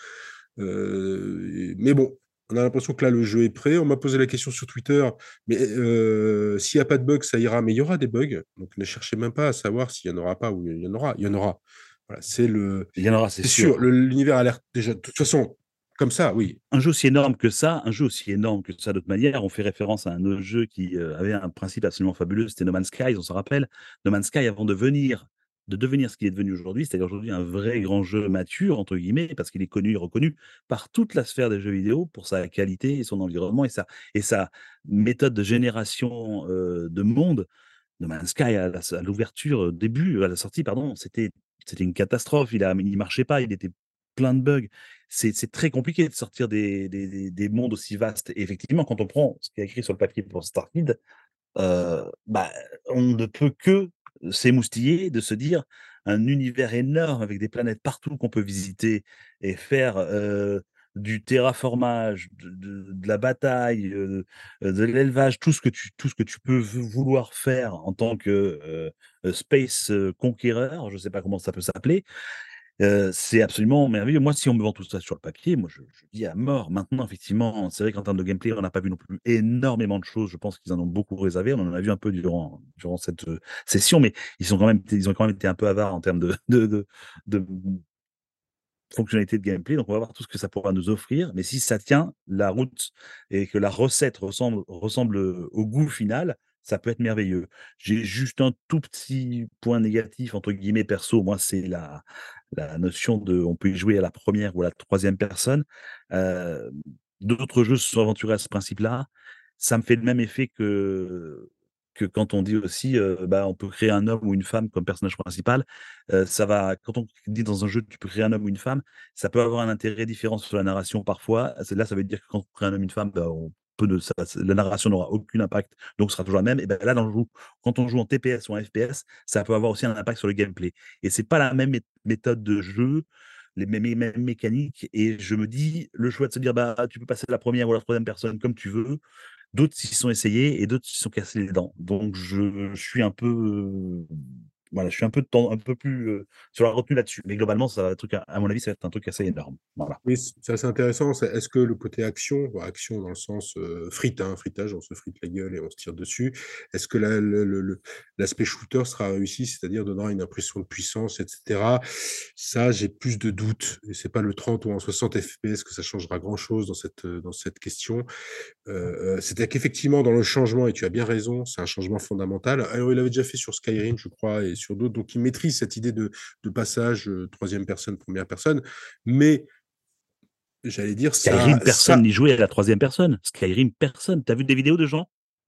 Euh, mais bon, on a l'impression que là, le jeu est prêt. On m'a posé la question sur Twitter, mais euh, s'il n'y a pas de bugs, ça ira. Mais il y aura des bugs. Donc ne cherchez même pas à savoir s'il n'y en aura pas ou il y en aura. Il y en aura. Voilà, c'est le, Il y en aura, c'est c'est sûr. sûr. Le- L'univers a l'air déjà. De toute façon, comme ça, oui. Un jeu aussi énorme que ça, un jeu aussi énorme que ça d'autre manière, on fait référence à un autre jeu qui euh, avait un principe absolument fabuleux, c'était No Man's Sky, on se rappelle. No Man's Sky, avant de venir, de devenir ce qu'il est devenu aujourd'hui, c'est-à-dire aujourd'hui un vrai grand jeu mature, entre guillemets, parce qu'il est connu et reconnu par toute la sphère des jeux vidéo pour sa qualité et son environnement et sa, et sa méthode de génération euh, de monde. No Man's Sky à la à l'ouverture, au début, à la sortie pardon, c'était c'était une catastrophe. Il a il marchait pas, il était plein de bugs. C'est c'est très compliqué de sortir des des des des mondes aussi vastes et effectivement, quand on prend ce qui est écrit sur le papier pour Starfield, heu, bah, on ne peut que s'émoustiller de se dire: «Un univers énorme avec des planètes partout qu'on peut visiter et faire, heu, du terraformage, de de de la bataille, heu heu, de l'élevage», tout ce que tu tout ce que tu peux v vouloir faire en tant que, heu heu, space, heu, conqueror, je sais pas comment ça peut s'appeler. Heu, c'est absolument merveilleux. Moi, si on me vend tout ça sur le papier, moi, je je dis à mort. Maintenant, effectivement, c'est vrai qu'en termes de gameplay, on n'a pas vu non plus énormément de choses. Je pense qu'ils en ont beaucoup réservé. On en a vu un peu durant durant cette, heu, session, mais ils sont quand même ils ont quand même été un peu avares en termes de de de de fonctionnalités de gameplay, donc on va voir tout ce que ça pourra nous offrir, mais si ça tient la route et que la recette ressemble ressemble, heu, au goût final, ça peut être merveilleux. J'ai juste un tout petit point «négatif» entre guillemets perso, moi, c'est la la notion de on peut y jouer à la première ou à la troisième personne. Hem, d'autres jeux se sont aventurés à ce principe-là. Ça me fait le même effet que que quand on dit aussi, heu, bah, on peut créer un homme ou une femme comme personnage principal. Heu, ça va quand on dit dans un jeu, tu peux créer un homme ou une femme, ça peut avoir un intérêt différent sur la narration parfois. C'est là, ça veut dire que quand on crée un homme ou une femme, bah, on peut ne ça la narration n'aura aucun impact, donc ce sera toujours la même et bah, là, dans le jeu, quand on joue en T P S ou en F P S, ça peut avoir aussi un impact sur le gameplay et c'est pas la même mét méthode de jeu, les mêmes mé mêmes mécaniques et je me dis: «Le choix de se dire, bah, tu peux passer à la première ou à la troisième personne comme tu veux». D'autres s'y sont essayés et d'autres s'y sont cassés les dents. Donc je je suis un peu, heu, voilà, je suis un peu ten un peu plus, heu, sur la retenue là-dessus. Mais globalement, ça va être un truc à à mon avis, ça va être un truc assez énorme. Voilà. Oui, c c'est assez intéressant. C'est est-ce que le côté action, bah, action dans le sens, heu, frite, hein, fritage, on se frite la gueule et on se tire dessus. Est-ce que la le le le l'aspect shooter sera réussi, c'est-à-dire donnera une impression de puissance et cetera? Ça, j'ai plus de doutes et c'est pas le trente ou en soixante F P S que ça changera grand-chose dans cette, heu, dans cette question. Heu heu, c'est-à-dire qu'effectivement, dans le changement et tu as bien raison, c'est un changement fondamental. Alors, il l'avait déjà fait sur Skyrim, je crois et sur d'autres, donc il maîtrise cette idée de de passage, heu, troisième personne, première personne, mais j'allais dire ça Skyrim, personne ça n'y jouait à la troisième personne. Skyrim, personne. Tu as vu des vidéos de gens?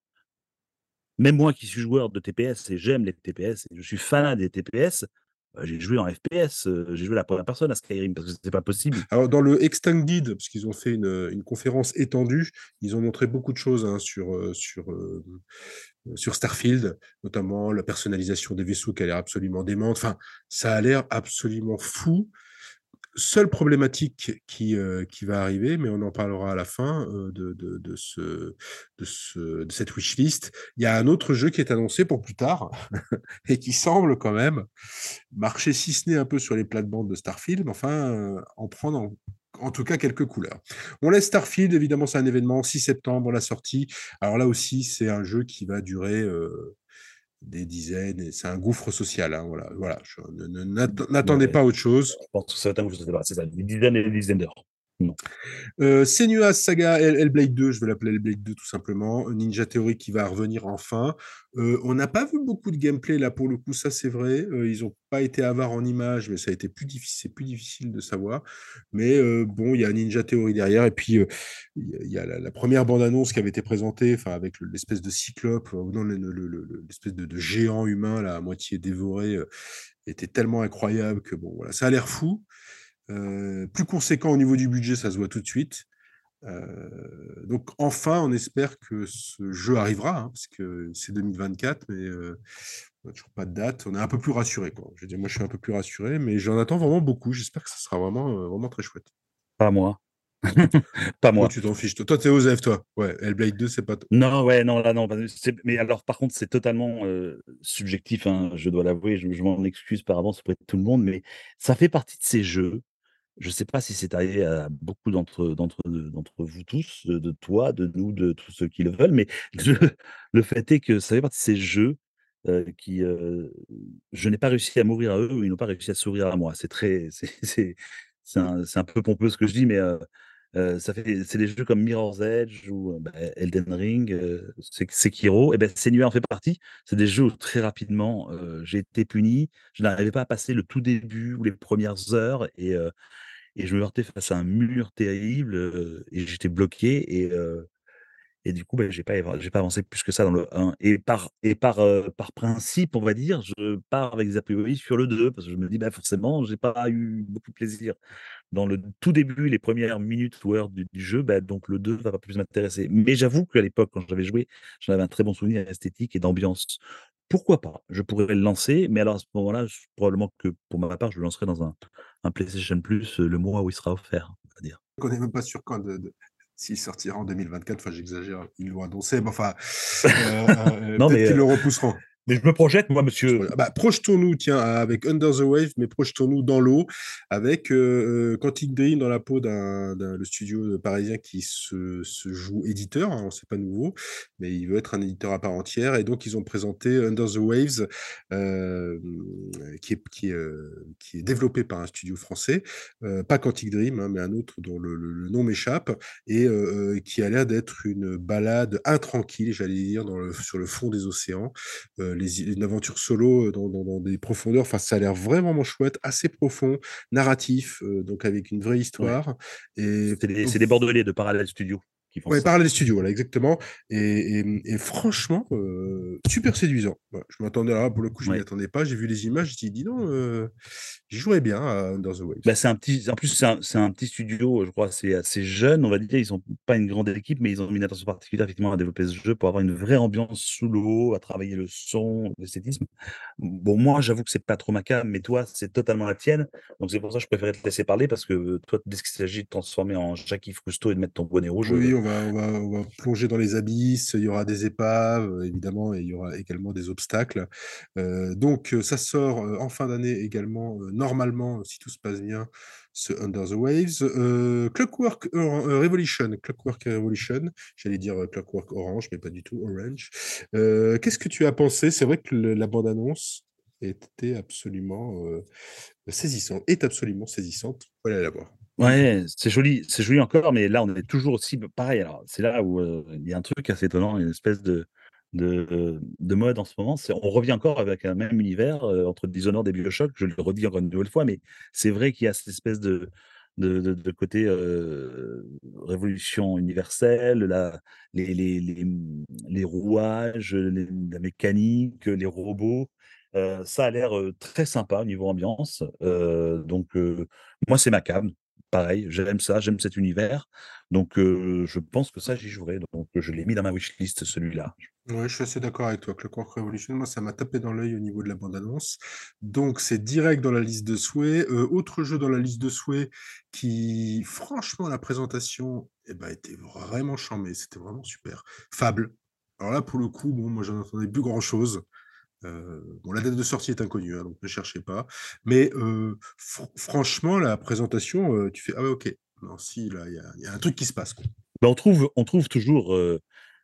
Même moi qui suis joueur de T P S et j'aime les T P S et je suis fanat des T P S, heu, j'ai joué en F P S, heu, j'ai joué à la première personne à Skyrim parce que c'est pas possible. alors dans le Extended, parce qu'ils ont fait une, heu, une conférence étendue, ils ont montré beaucoup de choses, hein, sur, heu, sur, hem, sur Starfield, notamment la personnalisation des vaisseaux qui a l'air absolument démente. Enfin, ça a l'air absolument fou. Seule problématique qui, heu, qui va arriver, mais on en parlera à la fin, heu, de de de ce de ce de cette wishlist. Il y a un autre jeu qui est annoncé pour plus tard et qui semble quand même marcher, si ce n'est un peu sur les plates-bandes de Starfield, mais enfin, heu, en prendre en en tout cas quelques couleurs. On laisse Starfield, évidemment, c'est un événement, six septembre, la sortie. Alors là aussi, c'est un jeu qui va durer, heu, des dizaines et c'est un gouffre social, hein, voilà voilà, je ne ne n'att n'attendez Ouais, pas autre chose. je pense que ça va être un je sais pas, c'est ça, des dizaines et des dizaines d'heures. Non. Euh, Senua's Saga Hell- Hellblade deux, je vais l'appeler Hellblade deux tout simplement. Ninja Theory qui va revenir enfin. Euh, on n'a pas vu beaucoup de gameplay là pour le coup, ça c'est vrai. Euh, ils n'ont pas été avares en images, mais ça a été plus difficile, c'est plus difficile de savoir. Mais euh, bon, il y a Ninja Theory derrière et puis euh, il y a, il y a la, la première bande-annonce qui avait été présentée, enfin avec le- l'espèce de cyclope, euh, non, le- le- le- le- l'espèce de, de géant humain là, à moitié dévoré, euh, était tellement incroyable que bon, voilà, ça a l'air fou. Euh, plus conséquent au niveau du budget, ça se voit tout de suite. Euh, donc enfin, on espère que ce jeu arrivera, hein, parce que c'est deux mille vingt-quatre, mais euh, on n'a toujours pas de date. On est un peu plus rassuré, quoi. Je veux dire, moi, je suis un peu plus rassuré, mais j'en attends vraiment beaucoup. J'espère que ça sera vraiment, euh, vraiment très chouette. Pas moi. Pas Toi, moi. tu t'en fiches. Toi, toi, t'es Osef, toi. Ouais, Hellblade deux, c'est pas. t- Non, ouais, non, là, non, parce que c'est mais alors, par contre, c'est totalement, heu, subjectif, hein, je dois l'avouer, je je m'en excuse par avance auprès de tout le monde, mais ça fait partie de ces jeux. Je sais pas si c'est arrivé à beaucoup d'entre d'entre d'entre vous tous, de de toi, de nous, de tous ceux qui le veulent, mais le le fait est que ça fait partie de ces jeux, heu, qui, heu, je n'ai pas réussi à mourir à eux ou ils n'ont pas réussi à sourire à moi. C'est très c'est c'est c'est un c'est un peu pompeux ce que je dis, mais, heu heu, ça fait c'est des jeux comme Mirror's Edge ou, heu, bah, Elden Ring, heu, Sek Sekiro et beh, Shenmue en fait partie. C'est des jeux où très rapidement, heu, j'ai été puni. Je n'arrivais pas à passer le tout début ou les premières heures et heu et je me heurtais face à un mur terrible, heu et j'étais bloqué et heu Et du coup, bah, j'ai pas éva j'ai pas avancé plus que ça dans le un et par et par, heu, par principe, on va dire, je pars avec des a priori sur le deux parce que je me dis: «Bah, forcément, j'ai pas eu beaucoup de plaisir dans le tout début, les premières minutes ou heures du du jeu, bah, donc le deux va pas plus m'intéresser». Mais j'avoue qu'à l'époque, quand j'avais joué, j'en avais un très bon souvenir esthétique et d'ambiance. Pourquoi pas? Je pourrais le lancer, mais alors à ce moment-là, je probablement que pour ma part, je le lancerai dans un un PlayStation Plus, heu, le mois où il sera offert, on va dire. On n'est même pas sûr quand de, de- s'il sortira en deux mille vingt-quatre. Enfin, j'exagère, ils l'ont annoncé, mais enfin, euh, euh, Non, peut-être mais qu'ils heu, le repousseront. mais je me projette, moi, monsieur. Bah, projetons-nous, tiens, avec Under the Wave, mais projetons-nous dans l'eau, avec euh, Quantic Dream dans la peau d'un, d'un- le studio parisien qui se, se joue éditeur, hein, c'est pas nouveau, mais il veut être un éditeur à part entière, et donc ils ont présenté Under the Waves, euh, qui est, qui est, euh, qui est développé par un studio français, euh, pas Quantic Dream, hein, mais un autre dont le, le- le nom m'échappe, et euh, qui a l'air d'être une balade intranquille, j'allais dire, dans le, sur le fond des océans. Euh, les, une aventure solo dans, dans, dans des profondeurs. Enfin, ça a l'air vraiment chouette, assez profond, narratif, euh, donc avec une vraie Ouais, histoire. Et c'est des c'est des Bordelais de Parallel Studio qui font ouais, ça. Parallel Studio, voilà, exactement. Et, et, et franchement, euh, super séduisant. Ouais, je m'attendais là, pour le coup, je m'y Ouais. attendais pas. J'ai vu les images, j'ai dit, dis donc, euh, j'y jouerais bien à Under the Waves. Bah, c'est un petit en plus, c'est un c'est un petit studio, je crois, c'est assez jeune, on va dire. Ils ont pas une grande équipe, mais ils ont mis une attention particulière, effectivement, à développer ce jeu pour avoir une vraie ambiance sous l'eau, à travailler le son, l'esthétisme. Bon, moi, j'avoue que c'est pas trop ma came, mais toi, c'est totalement la tienne. Donc c'est pour ça que je préférais te laisser parler parce que toi, dès qu'il s'agit de transformer en Jackie Cousteau et de mettre ton bonnet rouge, Oui, heu, on va, on va, on va plonger dans les abysses, il y aura des épaves, euh, évidemment, et il y aura également des obstacles. Euh, donc, euh, ça sort euh, en fin d'année également, euh, normalement, si tout se passe bien, ce Under the Waves. Euh, Clockwork Or- euh, Revolution, Clockwork Revolution, j'allais dire euh, Clockwork Orange, mais pas du tout, Orange. Euh, qu'est-ce que tu as pensé? C'est vrai que le- la bande-annonce était absolument euh, saisissante, est absolument saisissante. Voilà la voir. ouais, c'est joli, c'est joli encore, mais là, on est toujours aussi pareil. Alors, c'est là où euh, il y a un truc assez étonnant, une espèce de, de, euh, de mode en ce moment. C'est, on revient encore avec un même univers euh, entre Dishonored et BioShock. Je le redis encore une nouvelle fois, mais c'est vrai qu'il y a cette espèce de, de, de, de côté euh, révolution universelle, la, les, les, les, les rouages, les- la mécanique, les robots. Euh, ça a l'air euh, très sympa au niveau ambiance. Euh, donc, euh, moi, c'est ma came. Pareil, j'aime ça, j'aime cet univers. Donc, heu, je pense que ça, j'y jouerai. Donc, je l'ai mis dans ma wishlist, celui-là. Ouais, je suis assez d'accord avec toi. Clockwork Revolution, moi, ça m'a tapé dans l'œil au niveau de la bande-annonce. Donc, c'est direct dans la liste de souhaits. Euh, autre jeu dans la liste de souhaits qui, franchement, la présentation, eh ben, était vraiment charmée. C'était vraiment super. Fable. Alors là, pour le coup, bon, moi, j'en entendais plus grand-chose. Euh, bon, la date de sortie est inconnue, hein, donc ne cherchez pas. Mais euh, fr- franchement, la présentation, euh, tu fais, ah ouais, ok. Non, si, là, il y a, il y a un truc qui se passe, quoi. Bah, on trouve on trouve toujours, heu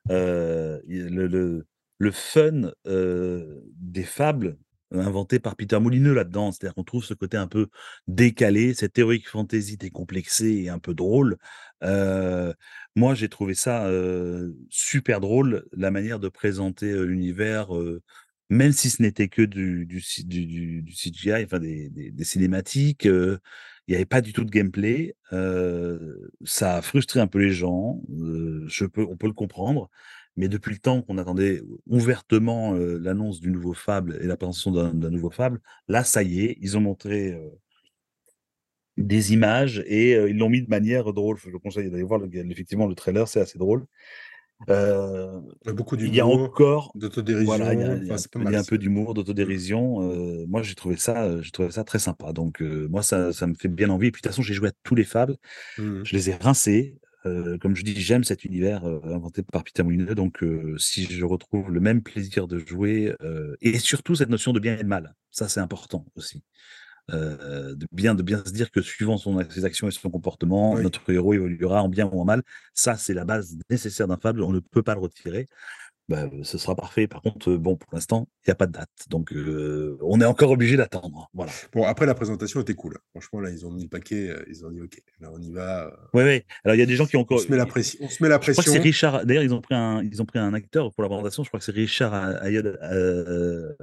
heu, le le le fun, heu, des fables inventées par Peter Molineux là-dedans. C'est-à-dire qu'on trouve ce côté un peu décalé, cette heroic fantasy décomplexée et un peu drôle. Heu, moi, j'ai trouvé ça, heu, super drôle, la manière de présenter, heu, l'univers, heu, même si ce n'était que du du C du du du C G I, enfin des des des cinématiques, heu, il y avait pas du tout de gameplay, heu, ça a frustré un peu les gens, heu, je peux on peut le comprendre, mais depuis le temps qu'on attendait ouvertement, heu, l'annonce du nouveau Fable et la présentation d'un d'un nouveau Fable, là, ça y est, ils ont montré, heu, des images et heu, ils l'ont mis de manière drôle. Je vous conseille d'aller voir le effectivement le trailer, c'est assez drôle. Heu, Beaucoup il y a d'humour, encore voilà, il y a d'autodérision, il y a enfin, un c'est pas peu il y mal. a un peu c'est- d'humour, Mm. d'autodérision, heu, moi j'ai trouvé ça, heu, j'ai trouvé ça très sympa donc heu, moi ça ça me fait bien envie et puis de toute façon j'ai joué à tous les Fables. Mhm. Je les ai rincés. Heu, comme je dis, j'aime cet univers, heu, inventé par Peter Molyneux, donc heu, si je retrouve le même plaisir de jouer, heu et surtout cette notion de bien et de mal. Ça, c'est important aussi. Heu, de bien de bien se dire que suivant son ses actions et son comportement, Oui. notre héros évoluera en bien ou en mal. Ça, c'est la base nécessaire d'un fable, on ne peut pas le retirer. Bah, heu, ce sera parfait. Par contre, heu, bon, pour l'instant, il y a pas de date, donc heu, on est encore obligé d'attendre. Voilà. Bon, après, la présentation était cool. Franchement, là, ils ont mis le paquet, euh, ils ont dit, OK, là, on y va. euh, Ouais, ouais. Alors il y a des gens qui ont On encore se met la pression. On se met la je crois que c'est pression. Richard d'ailleurs ils ont pris un ils ont pris un acteur pour la présentation, je crois que c'est Richard A Ayoade, heu,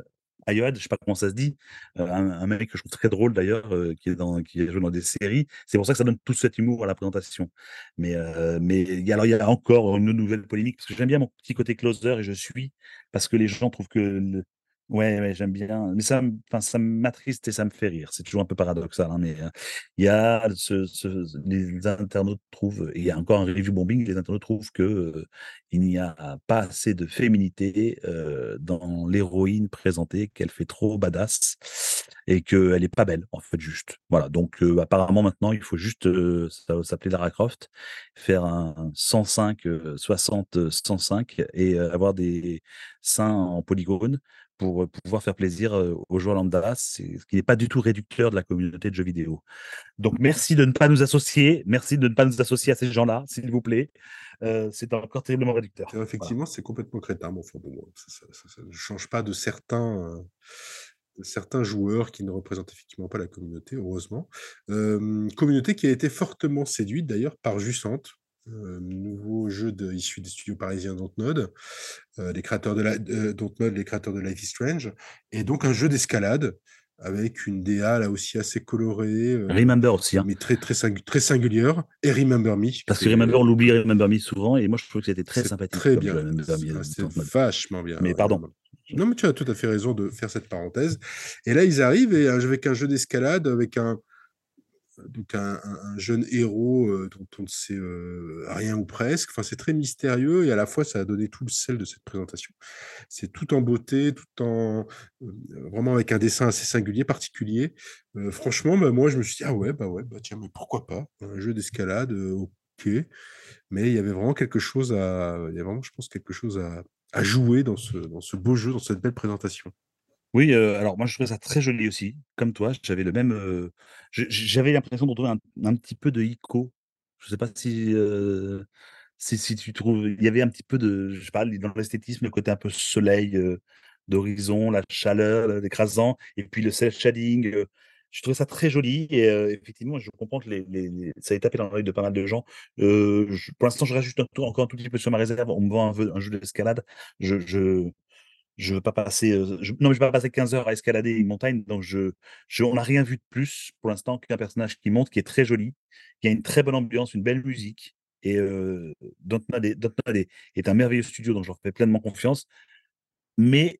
Ayoad, je sais pas comment ça se dit, heu, un un mec que je trouve très drôle d'ailleurs, heu, qui est dans qui a joué dans des séries. C'est pour ça que ça donne tout cet humour à la présentation. Mais heu, mais il y a alors il y a encore une nouvelle polémique, parce que j'aime bien mon petit côté closer et je suis, parce que les gens trouvent que le ouais, ouais, j'aime bien, mais ça me enfin, ça m'attriste et ça me fait rire. C'est toujours un peu paradoxal, hein, mais heu, il y a ce ce les internautes trouvent et il y a encore un review bombing, les internautes trouvent que, heu, il n'y a pas assez de féminité, heu, dans l'héroïne présentée, qu'elle fait trop badass et qu'elle est pas belle, en fait, juste. Voilà, donc heu, apparemment maintenant il faut juste, heu, ça va s'appeler Lara Croft, faire un cent cinq, heu, soixante, heu, cent cinq et heu, avoir des seins en polygone pour, heu, pouvoir faire plaisir, heu, aux joueurs lambda. C'est ce qui n'est pas du tout réducteur de la communauté de jeux vidéo. Donc merci de ne pas nous associer, merci de ne pas nous associer à ces gens-là, s'il vous plaît. Heu, c'est encore terriblement réducteur. Alors, Voilà. effectivement, c'est complètement crétin, mais enfin bon, ça ça ça ça ne change pas de certains, heu, de certains joueurs qui ne représentent effectivement pas la communauté, heureusement. Hem, communauté qui a été fortement séduite d'ailleurs par Jusant, heu, nouveau jeu de issu des studios parisiens Dontnod, heu, les créateurs de la heu, Dontnod, les créateurs de Life is Strange, et donc un jeu d'escalade avec une D A là aussi assez colorée, heu, Remember aussi, hein. mais très très singu très singulière, et Remember Me, Parce que c'est Remember, on l'oublie Remember Me souvent et moi je trouve que c'était très c'est sympathique très comme bien, jeu Remember c'est Me, ah, heu, c'est Dontnod. vachement bien, Mais pardon. Remember. Non, mais tu as tout à fait raison de faire cette parenthèse, et là, ils arrivent et euh, avec un jeu d'escalade, avec un donc un un un jeune héros, heu, dont on ne sait, heu, rien ou presque. Enfin, c'est très mystérieux et à la fois, ça a donné tout le sel de cette présentation. C'est tout en beauté, tout en heu, vraiment avec un dessin assez singulier, particulier. Heu, franchement, bah, moi, je me suis dit: «Ah ouais, bah ouais, bah tiens, mais pourquoi pas? Un jeu d'escalade, heu, OK». Mais il y avait vraiment quelque chose à il y a vraiment, je pense, quelque chose à à jouer dans ce dans ce beau jeu, dans cette belle présentation. Oui, heu, alors moi je trouvais ça très joli aussi, comme toi, j'avais le même, heu, je j'avais l'impression de retrouver un un petit peu de Ico. Je sais pas si, heu, si si tu trouves il y avait un petit peu de je sais pas, dans l'esthétisme, le côté un peu soleil, heu, d'horizon, la chaleur, heu, l'écrasant et puis le cel shading, heu, je trouvais ça très joli et heu, effectivement je comprends que les les les ça ait tapé dans l'œil de pas mal de gens. Heu, je pour l'instant je reste juste un tour encore un tout petit peu sur ma réserve. On me vend un veu un jeu d'escalade. Je je je veux pas passer, heu, je non, mais je vais pas passer quinze heures à escalader une montagne, donc je je on n'a rien vu de plus pour l'instant qu'un personnage qui monte, qui est très joli, qui a une très bonne ambiance, une belle musique et heu, Dontnod est Dontnod est est un merveilleux studio, donc je leur fais pleinement confiance. Mais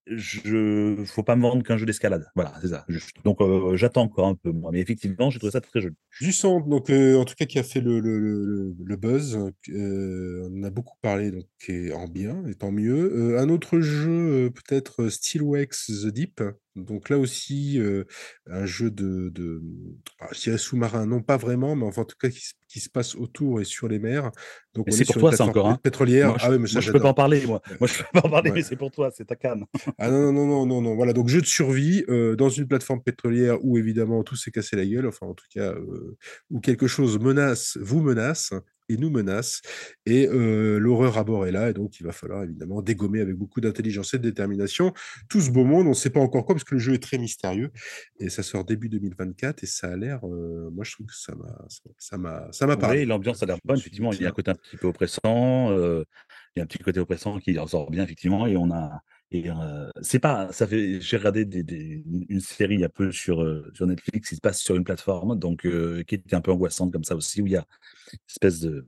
je faut pas me vendre qu'un jeu d'escalade. Voilà, c'est ça, juste. Donc heu, j'attends encore un peu moi, mais effectivement, j'ai trouvé ça très joli. Jusant, donc heu, en tout cas qui a fait le le le le le buzz, heu, on en a beaucoup parlé, donc et en bien, et tant mieux. Heu, un autre jeu, heu, peut-être, heu, Steelworks The Deep, donc là aussi, heu, un jeu de de, mmh, ah, je dirais sous-marin, non pas vraiment, mais enfin en tout cas qui se qui se passe autour et sur les mers. Donc Mais on est c'est pour sur une toi ça plateforme encore, pé hein. pétrolière. Moi je Ah ouais, mais ça moi je peux pas j'adore. en parler moi. Ouais, Moi je peux pas en parler, ouais. mais c'est pour toi, c'est ta came. Ah non, non, non, non, non, non, voilà, donc jeu de survie, heu, dans une plateforme pétrolière où évidemment tout s'est cassé la gueule, enfin en tout cas, heu, où quelque chose menace vous menace et nous menace, et heu, l'horreur à bord est là, et donc il va falloir évidemment dégommer avec beaucoup d'intelligence et de détermination tout ce beau monde. On ne sait pas encore quoi parce que le jeu est très mystérieux, et ça sort début deux mille vingt-quatre et ça a l'air, heu, moi je trouve que ça m'a ça ça m'a ça m'a Oui, parlé. l'ambiance a l'air Je me bonne, suis dit: effectivement. Il y a un «Tiens». côté un petit peu oppressant, heu, il y a un petit côté oppressant qui ressort bien, effectivement et on a et heu, c'est pas ça fait j'ai regardé des des une une série il y a peu sur, heu, sur Netflix qui se passe sur une plateforme donc heu, qui était un peu angoissante comme ça aussi, où il y a une espèce de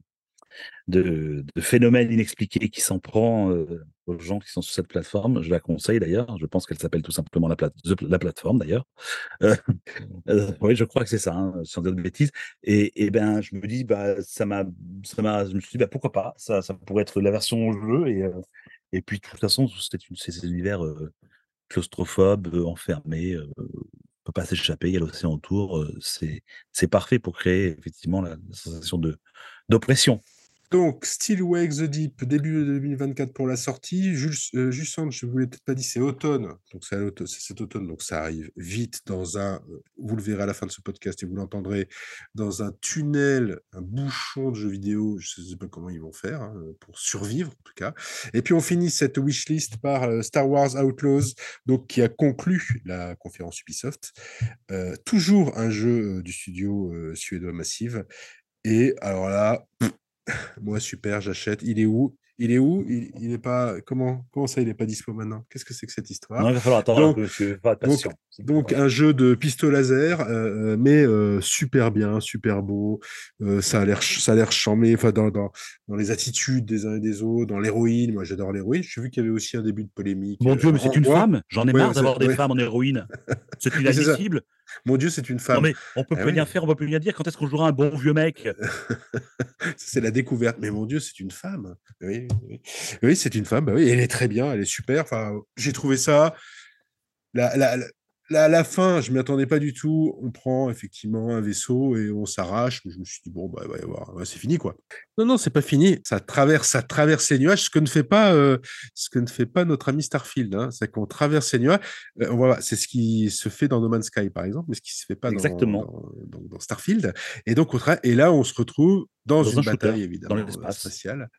de de phénomène inexpliqué qui s'en prend, heu, aux gens qui sont sur cette plateforme. Je la conseille d'ailleurs, je pense qu'elle s'appelle tout simplement la plate The la plateforme d'ailleurs. Heu heu, oui, je crois que c'est ça, hein, sans dire de bêtises et et ben, je me dis, bah, ça m'a ça m'a je me suis dit: «Bah, pourquoi pas?» Ça ça pourrait être la version jeu et heu et puis de toute façon, c'est une c'est ces univers, heu, claustrophobes, heu, enfermés, heu, on peut pas s'échapper, il y a l'océan autour, heu, c'est c'est parfait pour créer effectivement la la sensation de d'oppression. Donc, Still Wake the Deep, début deux mille vingt-quatre pour la sortie. Jules, euh, Justine, je ne vous l'ai peut-être pas dit, c'est automne. Donc, c'est à l'automne- c'est cet automne, donc ça arrive vite dans un, euh, vous le verrez à la fin de ce podcast et vous l'entendrez, dans un tunnel, un bouchon de jeux vidéo. Je ne sais pas comment ils vont faire, hein, pour survivre, en tout cas. Et puis, on finit cette wishlist par euh, Star Wars Outlaws, donc, qui a conclu la conférence Ubisoft. Euh, toujours un jeu euh, du studio euh, suédois Massive. Et alors là, moi, super, j'achète. Il est où? Il est où? Il, il est pas. Comment, comment ça, il est pas dispo maintenant? Qu'est-ce que c'est que cette histoire? Non, il va falloir attendre un Donc, peu, monsieur. Il va être donc, patient. s'il vous donc plaît. un jeu de pistolet laser, euh, mais euh, super bien, super beau. Euh, ça a l'air, ch- ça a l'air charmé. Enfin, dans, dans, dans les attitudes des uns et des autres, dans l'héroïne. Moi, j'adore l'héroïne. J'ai vu qu'il y avait aussi un début de polémique Mon euh, Dieu, mais c'est en une moi. femme. J'en ai Ouais, marre c'est d'avoir des ouais. femmes en héroïne. C'est Oui, c'est ça. inadmissible. Mon Dieu, c'est une Non, femme. mais on peut Ah plus rien oui. faire, on peut plus rien dire. Quand est-ce qu'on jouera un bon vieux mec? C'est la découverte. Mais mon Dieu, c'est une femme. Oui, oui, oui. Oui, c'est une femme. Bah oui, elle est très bien, elle est super. Enfin, j'ai trouvé ça. La, la, la, la- la fin, je m'y attendais pas du tout. On prend effectivement un vaisseau et on s'arrache. Mais je me suis dit, bon, bah, ouais, ouais, ouais, c'est fini, quoi. Non, non, c'est pas fini. Ça traverse, ça traverse les nuages, ce que ne fait pas, euh, ce que ne fait pas notre ami Starfield. Hein. C'est qu'on traverse les nuages. Euh, voilà, c'est ce qui se fait dans No Man's Sky, par exemple, mais ce qui se fait pas dans, Exactement. dans, dans, dans Starfield. Et donc, on tra- et là, on se retrouve dans Dans une un shooter, bataille, dans évidemment, euh, l'espace. spatiale.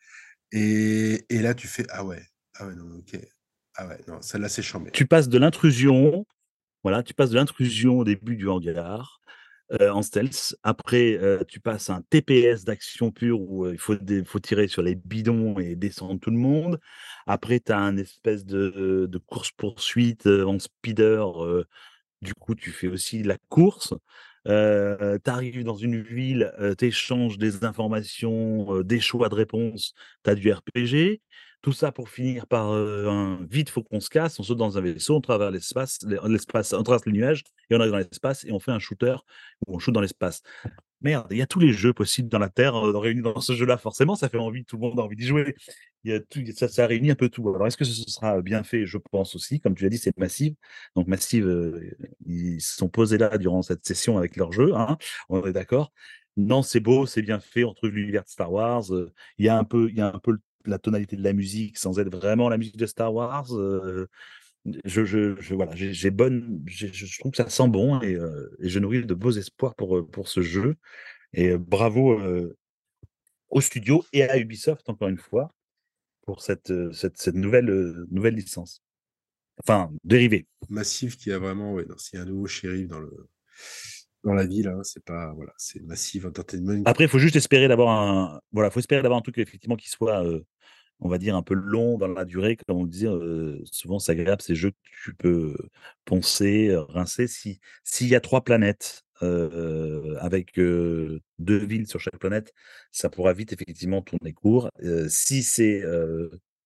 Et, et là, tu fais, ah ouais, ah ouais, non, ok. Ah ouais, non, celle-là, c'est chambé. Tu passes de l'intrusion, voilà, tu passes de l'intrusion au début du hangar, euh, en stealth. Après, euh, tu passes à un T P S d'action pure où euh, il faut, dé- faut tirer sur les bidons et descendre tout le monde. Après, tu as un espèce de, de course-poursuite euh, en speeder. euh, du coup, tu fais aussi la course. Euh, tu arrives dans une ville, tu échanges des informations, euh, des choix de réponse, tu as du R P G. Tout ça pour finir par euh, un vite, faut qu'on se casse, on saute dans un vaisseau, on traverse l'espace, l'espace, on traverse les nuages et on arrive dans l'espace et on fait un shooter où on shoot dans l'espace. Merde, il y a tous les jeux possibles dans la Terre euh, réunis dans ce jeu-là. Forcément, ça fait envie, tout le monde a envie d'y jouer. Il y a tout, ça, ça réunit un peu tout. Alors, est-ce que ce sera bien fait? Je pense aussi. Comme tu l'as dit, c'est Massive. Donc, Massive, euh, ils se sont posés là durant cette session avec leur jeu. Hein, on est d'accord. Non, c'est beau, c'est bien fait. On retrouve l'univers de Star Wars. Euh, il y a un peu, il y a un peu la tonalité de la musique sans être vraiment la musique de Star Wars. Euh, je, je, je- voilà, j'ai j'ai bonne, j'ai- je trouve que ça sent bon et, euh, et je nourris de beaux espoirs pour, euh, pour ce jeu. Et euh, bravo euh, au studio et à Ubisoft, encore une fois, pour cette, euh, cette, cette nouvelle, euh, nouvelle licence. Enfin, dérivée. Massif qui a vraiment, ouais, non, s'il y a un nouveau shérif dans le dans la ville, hein, c'est pas, voilà, c'est Massive Entertainment. Après, il faut juste espérer d'avoir un, voilà, faut espérer d'avoir un truc effectivement qui soit, euh, on va dire, un peu long dans la durée, comme on le disait. Euh, souvent, c'est agréable ces jeux que tu peux poncer, euh, rincer. Si s'il y a trois planètes euh, avec euh, deux villes sur chaque planète, ça pourra vite effectivement tourner court. Euh, si c'est euh,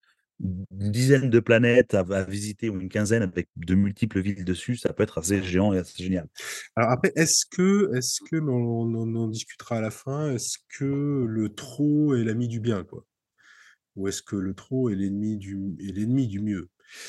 une dizaine de planètes à, à visiter ou une quinzaine avec de multiples villes dessus, ça peut être assez géant et assez génial. Alors après, est-ce que, est-ce que, mais on, on en discutera à la fin, est-ce que le trop est l'ami du bien, quoi? Ou est-ce que le trop est l'ennemi du, est l'ennemi du mieux?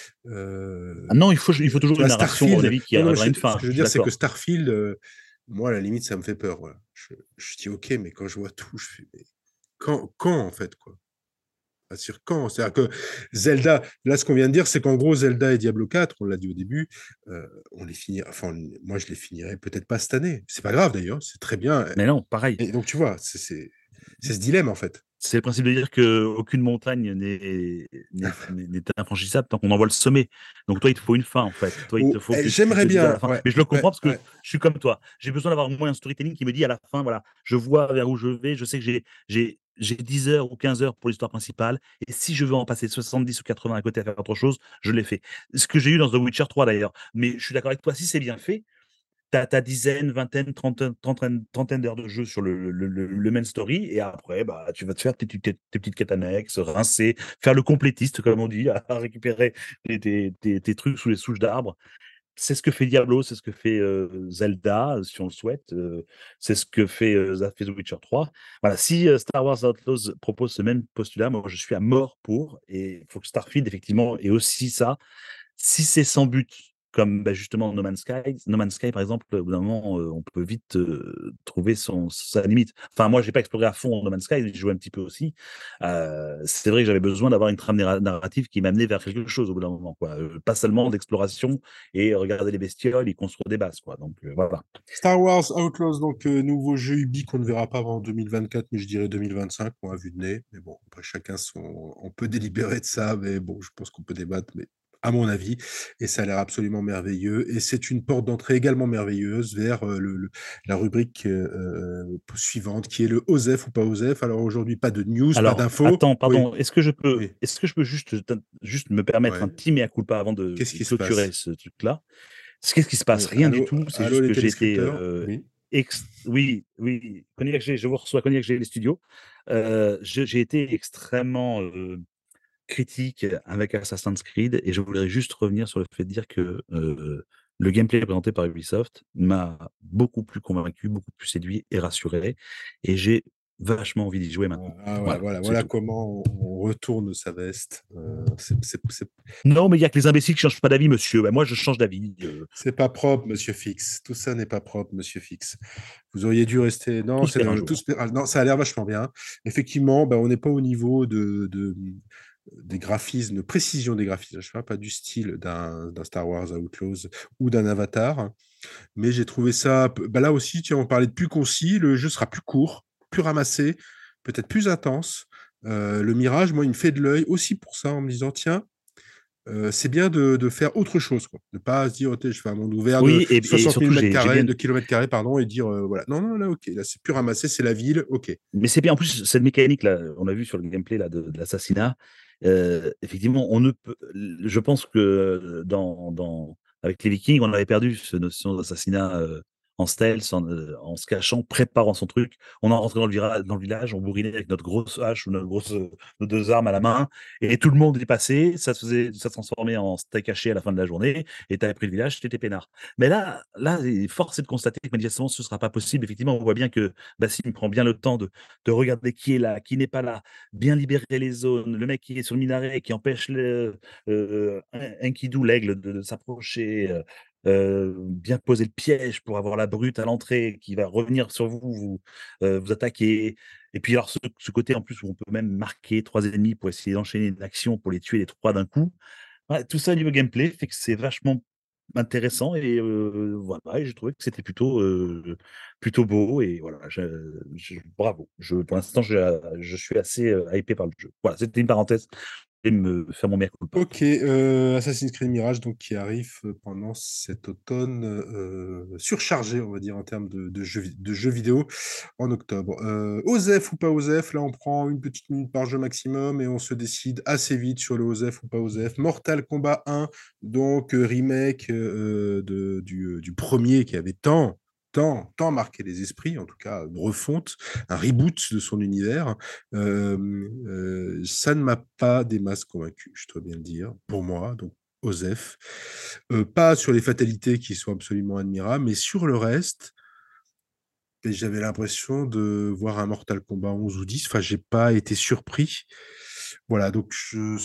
Ah Euh, non, il faut, il faut Tu toujours vois, une narration, à mon Starfield, avis, qui non, non, mais arrivera à je- une ce fin. que je veux Je suis dire, c'est que d'accord. Starfield, euh, moi, à la limite, ça me fait peur, voilà. Je, je dis, ok, mais quand je vois tout, je fais, mais quand, quand, en fait, quoi? Pas sûr quand. C'est-à-dire que Zelda, là, ce qu'on vient de dire, c'est qu'en gros, Zelda et Diablo quatre, on l'a dit au début, euh, on les finira, enfin, moi, je les finirai peut-être pas cette année. C'est pas grave, d'ailleurs, c'est très bien. Mais non, pareil. Et donc, tu vois, c'est c'est- c'est ce dilemme, en fait. C'est le principe de dire qu'aucune montagne n'est n'est- n'est- n'est infranchissable tant qu'on envoie le sommet. Donc toi, il te faut une fin, en fait. Toi, il te Oh, faut eh, que tu j'aimerais te dises à la bien, fin. ouais, Mais je le ouais, comprends parce que ouais. je suis comme toi. J'ai besoin d'avoir au moins un storytelling qui me dit à la fin, voilà, je vois vers où je vais, je sais que j'ai j'ai j'ai dix heures ou quinze heures pour l'histoire principale, et si je veux en passer soixante-dix ou quatre-vingts à côté à faire autre chose, je l'ai fait. Ce que j'ai eu dans The Witcher trois d'ailleurs. Mais je suis d'accord avec toi, si c'est bien fait, t'as ta dizaine, vingtaine, trentaine, trentaine, trentaine d'heures de jeu sur le, le, le, le main story, et après, bah, tu vas te faire tes, tes, tes petites quêtes annexes, rincer, faire le complétiste, comme on dit, à récupérer tes, tes, tes, tes trucs sous les souches d'arbres. C'est ce que fait Diablo, c'est ce que fait euh, Zelda, si on le souhaite. Euh, c'est ce que fait, euh, ça fait The Witcher trois. Voilà, si euh, Star Wars Outlaws propose ce même postulat, moi je suis à mort pour, et il faut que Starfield, effectivement, ait aussi ça. Si c'est sans but, comme bah, justement No Man's Sky, No Man's Sky, par exemple, au bout d'un moment, euh, on peut vite euh, trouver son, sa limite. Enfin, moi, j'ai pas exploré à fond No Man's Sky, j'ai joué un petit peu aussi. Euh, c'est vrai que j'avais besoin d'avoir une trame narra- narrative qui m'amenait vers quelque chose au bout d'un moment, quoi. Euh, pas seulement d'exploration et regarder les bestioles et construire des bases, quoi. Donc, euh, voilà. Star Wars Outlaws, donc euh, nouveau jeu Ubi qu'on ne verra pas avant deux mille vingt-quatre, mais je dirais deux mille vingt-cinq, on a vu de nez. Mais bon, après chacun son. On peut délibérer de ça, mais bon, je pense qu'on peut débattre. Mais à mon avis, et ça a l'air absolument merveilleux. Et c'est une porte d'entrée également merveilleuse vers euh, le, le- la rubrique euh, euh, suivante, qui est le OSEF ou pas OSEF. Alors aujourd'hui, pas de news, pas Alors, d'infos. attends, Oui, pardon, est-ce que je peux, oui, est-ce que je peux juste, juste me permettre un ouais. petit mea culpa avant de, Qu'est-ce de qui se clôturer passe? ce truc-là? C'est- Qu'est-ce qui se passe? Oui, Rien du allô, tout. C'est allô juste les que j'ai été, téléscripteurs? euh, Oui. ex- oui, oui, Cognac G, je vous reçois Cognac G les studios. Euh, je- j'ai été extrêmement euh, critique avec Assassin's Creed et je voudrais juste revenir sur le fait de dire que euh, le gameplay présenté par Ubisoft m'a beaucoup plus convaincu, beaucoup plus séduit et rassuré et j'ai vachement envie d'y jouer maintenant. Ah, voilà, Voilà, voilà, c'est voilà tout. comment on, on retourne sa veste. Euh, c'est c'est- c'est- Non, mais il y a que les imbéciles qui changent pas d'avis, monsieur. Ben, moi, je change d'avis. euh, c'est pas propre, monsieur Fix. Tout ça n'est pas propre, monsieur Fix. Vous auriez dû rester. Non, tout se c'est perd un le... tout jour. se- ah, non, ça a l'air vachement bien. Effectivement, ben, on n'est pas au niveau de, de- des graphismes, de précision des graphismes. Je ne parle pas du style d'un d'un Star Wars Outlaws ou d'un Avatar, mais j'ai trouvé ça. Ben, là aussi, tiens, on parlait de plus concis. Le jeu sera plus court, plus ramassé, peut-être plus intense. Euh, le Mirage, moi, il me fait de l'œil aussi pour ça, en me disant, tiens, euh, c'est bien de, de faire autre chose, quoi. De pas se dire, ok, je fais un monde ouvert de Oui, et, et soixante mille surtout, mètres j'ai j'ai carrés, bien. de kilomètres carrés, pardon, et dire, euh, voilà. Non, non, là, ok, là, c'est plus ramassé, c'est la ville, ok. Mais c'est bien. En plus, cette mécanique là, on a vu sur le gameplay là de, de l'assassinat. euh, effectivement, on ne peut. Je pense que dans, dans avec les Vikings, on avait perdu cette notion d'assassinat euh, en stealth, en, euh, en se cachant, préparant son truc. On en rentrait dans le, vira- dans le village, on bourrinait avec notre grosse hache ou notre grosse, euh, nos deux armes à la main, et tout le monde y passait. Ça se faisait, ça se transformait en steak haché à la fin de la journée, et tu avais pris le village, tu étais peinard. Mais là, là, force est de constater que manifestement, ce ne sera pas possible. Effectivement, on voit bien que Bassim prend bien le temps de de regarder qui est là, qui n'est pas là, bien libérer les zones, le mec qui est sur le minaret, qui empêche le, euh, un, Enkidu, l'aigle, de, de s'approcher, euh, euh, bien poser le piège pour avoir la brute à l'entrée qui va revenir sur vous, vous, euh, vous attaquer. Et puis alors ce, ce côté en plus où on peut même marquer trois ennemis pour essayer d'enchaîner une action pour les tuer les trois d'un coup. Ouais, tout ça niveau gameplay fait que c'est vachement intéressant et euh, voilà, et j'ai trouvé que c'était plutôt euh, plutôt beau et voilà, je, je- bravo. Je, pour l'instant, je, je suis assez euh, hypé par le jeu. Voilà, c'était une parenthèse et me faire mon mea culpa. Ok, euh, Assassin's Creed Mirage, donc, qui arrive euh, pendant cet automne euh, surchargé, on va dire, en termes de, de jeux, vi- de jeux vidéo en octobre. Euh, OSEF ou pas OSEF, là, on prend une petite minute par jeu maximum et on se décide assez vite sur le OSEF ou pas OSEF. Mortal Kombat un, donc euh, remake euh, de, du, euh, du premier qui avait tant, tant, tant marqué les esprits, en tout cas une refonte, un reboot de son univers. Euh, euh, ça ne m'a pas des masses convaincu, je dois bien le dire, pour moi, donc OSEF. Euh, pas sur les fatalités qui sont absolument admirables, mais sur le reste, et j'avais l'impression de voir un Mortal Kombat onze ou dix. Enfin, j'ai pas été surpris. Voilà, donc je...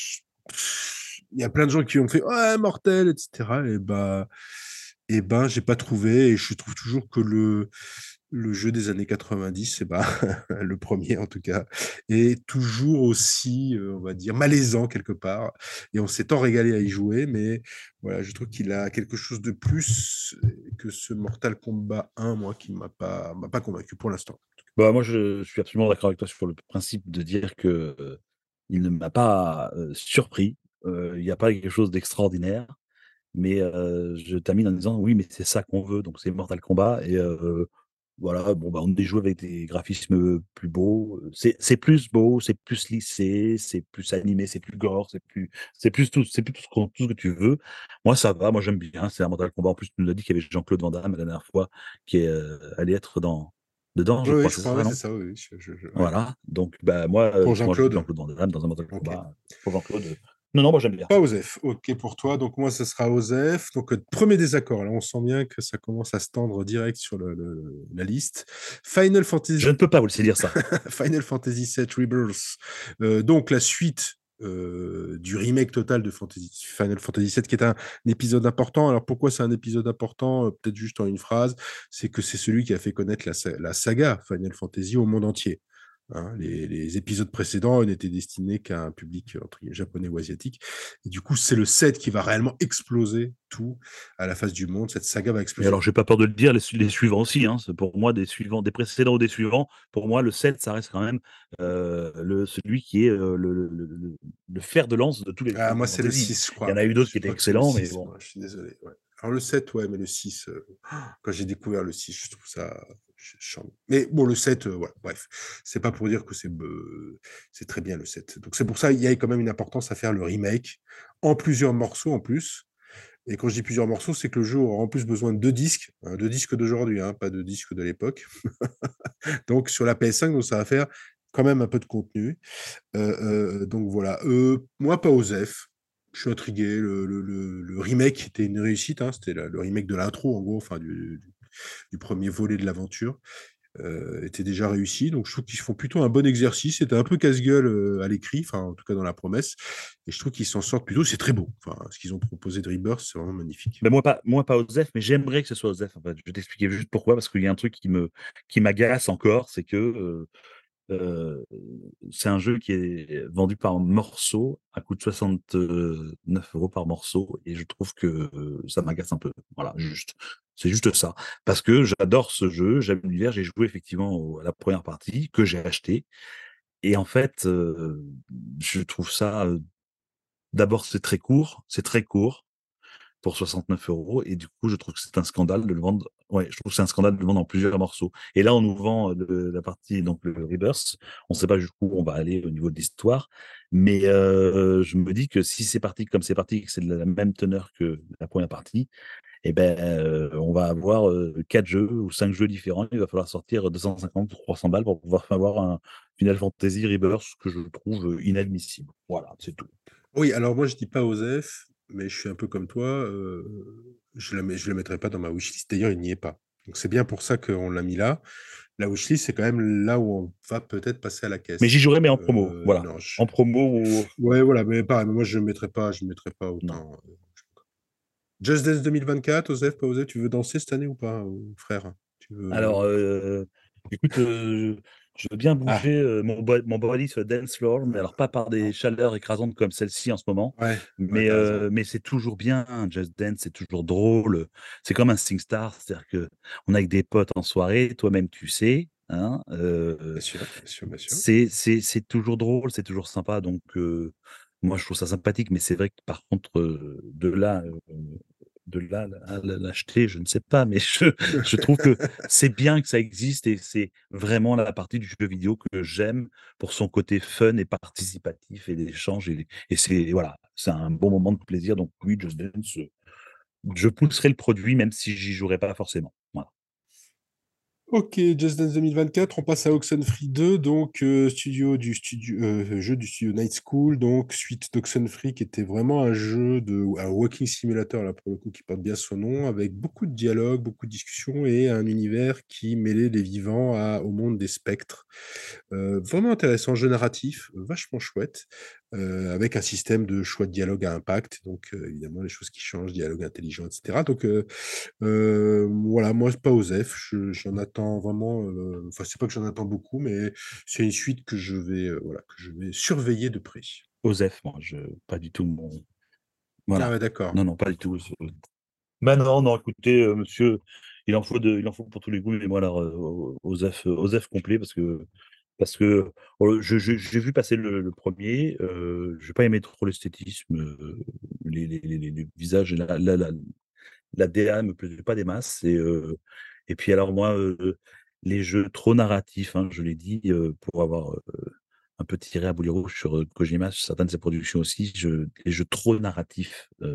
il y a plein de gens qui ont fait ouais, mortel, et cetera. Et bah, et ben, j'ai pas trouvé. Et je trouve toujours que le le jeu des années quatre-vingt-dix, eh ben, le premier en tout cas, est toujours aussi, euh, on va dire, malaisant quelque part. Et on s'est tant régalé à y jouer, mais voilà, je trouve qu'il a quelque chose de plus que ce Mortal Kombat un, moi, qui m'a pas, m'a pas convaincu pour l'instant. Bah, moi, je suis absolument d'accord avec toi sur le principe de dire que euh, il ne m'a pas euh, surpris. Euh, Il n'y a pas quelque chose d'extraordinaire. Mais euh, je termine en disant oui, mais c'est ça qu'on veut, donc c'est Mortal Kombat. Et euh, voilà, bon, bah, on y joue avec des graphismes plus beaux. C'est c'est plus beau, c'est plus lissé, c'est plus animé, c'est plus gore, c'est plus, c'est plus tout, c'est plus tout ce, qu'on- tout ce que tu veux. Moi, ça va, moi j'aime bien. C'est un Mortal Kombat. En plus, tu nous as dit qu'il y avait Jean-Claude Van Damme la dernière fois qui est, euh, allait être dans, dedans, je Oui, oui, crois, je c'est crois, ça, oui, c'est non? ça, oui. oui, je- je- je- ouais. Voilà. Donc, bah, moi, Pour euh, quand je vois Jean-Claude, Jean-Claude Van Damme dans un Mortal ok. Kombat, pour Jean-Claude, euh, non, non, moi j'aime bien. Pas OSEF, ok pour toi. Donc moi, ce sera OSEF. Donc euh, premier désaccord. Là, on sent bien que ça commence à se tendre direct sur le, le- la liste. Final Je Fantasy, ne peux pas vous laisser dire ça. Final Fantasy sept Rebirth. Euh, donc la suite euh, du remake total de Fantasy, Final Fantasy sept, qui est un, un épisode important. Alors pourquoi c'est un épisode important? Euh, Peut-être juste en une phrase, c'est que c'est celui qui a fait connaître la, sa- la saga Final Fantasy au monde entier. hein. Les, les épisodes précédents n'étaient destinés qu'à un public entre guillemets, japonais ou asiatique. Et du coup, c'est le sept qui va réellement exploser tout à la face du monde. Cette saga va Et exploser. alors, j'ai pas peur de le dire, les, su- les suivants aussi. Hein, c'est pour moi, des suivants, des précédents ou des suivants, pour moi, le sept, ça reste quand même euh, le, celui qui est euh, le, le, le- le- le fer de lance de tous les Ah, Final moi, c'est le Fantasy. six, je Il y en crois. a eu d'autres qui Je étaient crois que c'est le excellents, mais six, bon. moi, je suis désolé. Ouais. Alors, le sept, ouais, mais le six, euh, quand j'ai découvert le six, je trouve ça chiant. Mais bon, le sept, euh, voilà, bref. C'est pas pour dire que c'est euh, c'est très bien le sept. Donc, c'est pour ça qu'il y a quand même une importance à faire le remake en plusieurs morceaux en plus. Et quand je dis plusieurs morceaux, c'est que le jeu aura en plus besoin de deux disques, hein, deux disques d'aujourd'hui, hein, pas de disques de l'époque. Donc, sur la P S cinq, donc, ça va faire quand même un peu de contenu. Euh, euh, donc voilà. Euh, moi, pas Osef. Je suis intrigué. Le, le, le, le remake était une réussite. Hein. C'était la- le remake de l'intro, en gros, enfin du, du, du premier volet de l'aventure. Euh, était déjà réussi. Donc je trouve qu'ils font plutôt un bon exercice. C'était un peu casse-gueule euh, à l'écrit, enfin en tout cas dans la promesse. Et je trouve qu'ils s'en sortent plutôt. C'est très beau. Enfin, ce qu'ils ont proposé de Rebirth, c'est vraiment magnifique. Ben moi, pas, moi, pas Osef, mais j'aimerais que ce soit Osef. En fait. Je vais t'expliquer juste pourquoi, parce qu'il y a un truc qui me, qui m'agace encore, c'est que euh, euh, c'est un jeu qui est vendu par morceau, à coût de soixante-neuf euros par morceau, et je trouve que euh, ça m'agace un peu. Voilà, juste. C'est juste ça. Parce que j'adore ce jeu, j'aime l'univers, j'ai joué effectivement au- à la première partie, que j'ai acheté, et en fait, euh, je trouve ça. euh, D'abord, c'est très court, c'est très court pour soixante-neuf euros. Et du coup, je trouve que c'est un scandale de le vendre. Ouais, je trouve que c'est un scandale de le vendre en plusieurs morceaux. Et là, on nous vend euh, le- la partie, donc le Rebirth. On ne sait pas jusqu'où on va aller au niveau de l'histoire. Mais euh, je me dis que si c'est parti comme c'est parti, que c'est de la même teneur que la première partie, eh ben, euh, on va avoir euh, quatre jeux ou cinq jeux différents. Il va falloir sortir deux cent cinquante ou trois cents balles pour pouvoir avoir un Final Fantasy Rebirth que je trouve inadmissible. Voilà, c'est tout. Oui, alors moi je dis pas Osef, mais je suis un peu comme toi. Euh, je ne le, mets- je le mettrai pas dans ma wishlist. D'ailleurs, il n'y est pas. Donc c'est bien pour ça qu'on l'a mis là. La wishlist, c'est quand même là où on va peut-être passer à la Mais j'y caisse. jouerai, mais en promo. Euh, Voilà. non, je- En promo ou. ouais, voilà, mais pareil, mais moi je ne mettrai pas, je mettrai pas Non. autant. euh, Just Dance deux mille vingt-quatre, Osef, pas Osef, tu veux danser cette année ou pas, euh, frère? Tu Alors, veux... euh, écoute, euh, je veux bien Ah, bouger euh, mon, bo- mon body sur le dance floor, mais alors pas par des non. chaleurs écrasantes comme celle-ci en ce moment. Ouais, ouais, Mais, t'as raison. euh, mais c'est toujours bien, hein, Just Dance, c'est toujours drôle. C'est comme un SingStar, c'est-à-dire que on est avec des potes en soirée, toi-même tu sais, hein, euh, Bien sûr, bien sûr, bien sûr. c'est, c'est, c'est toujours drôle, c'est toujours sympa. Donc, euh, moi, je trouve ça sympathique, mais c'est vrai que par contre, euh, de là, euh, de là à l'acheter, je ne sais pas, mais je, je trouve que c'est bien que ça existe et c'est vraiment la partie du jeu vidéo que j'aime pour son côté fun et participatif et l'échange. Et, et c'est voilà, c'est un bon moment de plaisir. Donc, oui, Just Dance, euh, je pousserai le produit, même si j'y jouerai pas forcément. Voilà. Ok, Just Dance deux mille vingt-quatre, on passe à Oxenfree deux, donc euh, studio du studio, euh, jeu du studio Night School, donc suite d'Oxenfree qui était vraiment un jeu de un walking simulator là pour le coup qui porte bien son nom, avec beaucoup de dialogues, beaucoup de discussions et un univers qui mêlait les vivants à- au monde des spectres. Euh, vraiment intéressant, jeu narratif, euh, vachement chouette, euh, avec un système de choix de dialogue à impact, donc euh, évidemment les choses qui changent, dialogue intelligent, et cetera. Donc euh, euh, voilà, moi, c'est pas Osef. Je- J'en attends vraiment. euh, Enfin, c'est pas que j'en attends beaucoup, mais c'est une suite que je vais, euh, voilà, que je vais surveiller de près. Osef, moi, je, pas du tout mon. Ah Voilà. ouais, d'accord. Non, non, pas du tout. Ben non, non, écoutez, euh, monsieur, il en faut de, il en faut pour tous les goûts, mais moi, alors, euh, Osef, euh, Osef complet, parce que, parce que euh, je- je- j'ai vu passer le, le premier, euh, j'ai pas aimé trop l'esthétisme, euh, les, les, les, les- les visages, et la, la, la, la D A me plaisait pas des masses, et, euh, et puis alors moi, euh, les jeux trop narratifs, hein, je l'ai dit, euh, pour avoir euh, un peu tiré à boulet rouge sur euh, Kojima, sur certaines de ses productions aussi, je, les jeux trop narratifs, euh,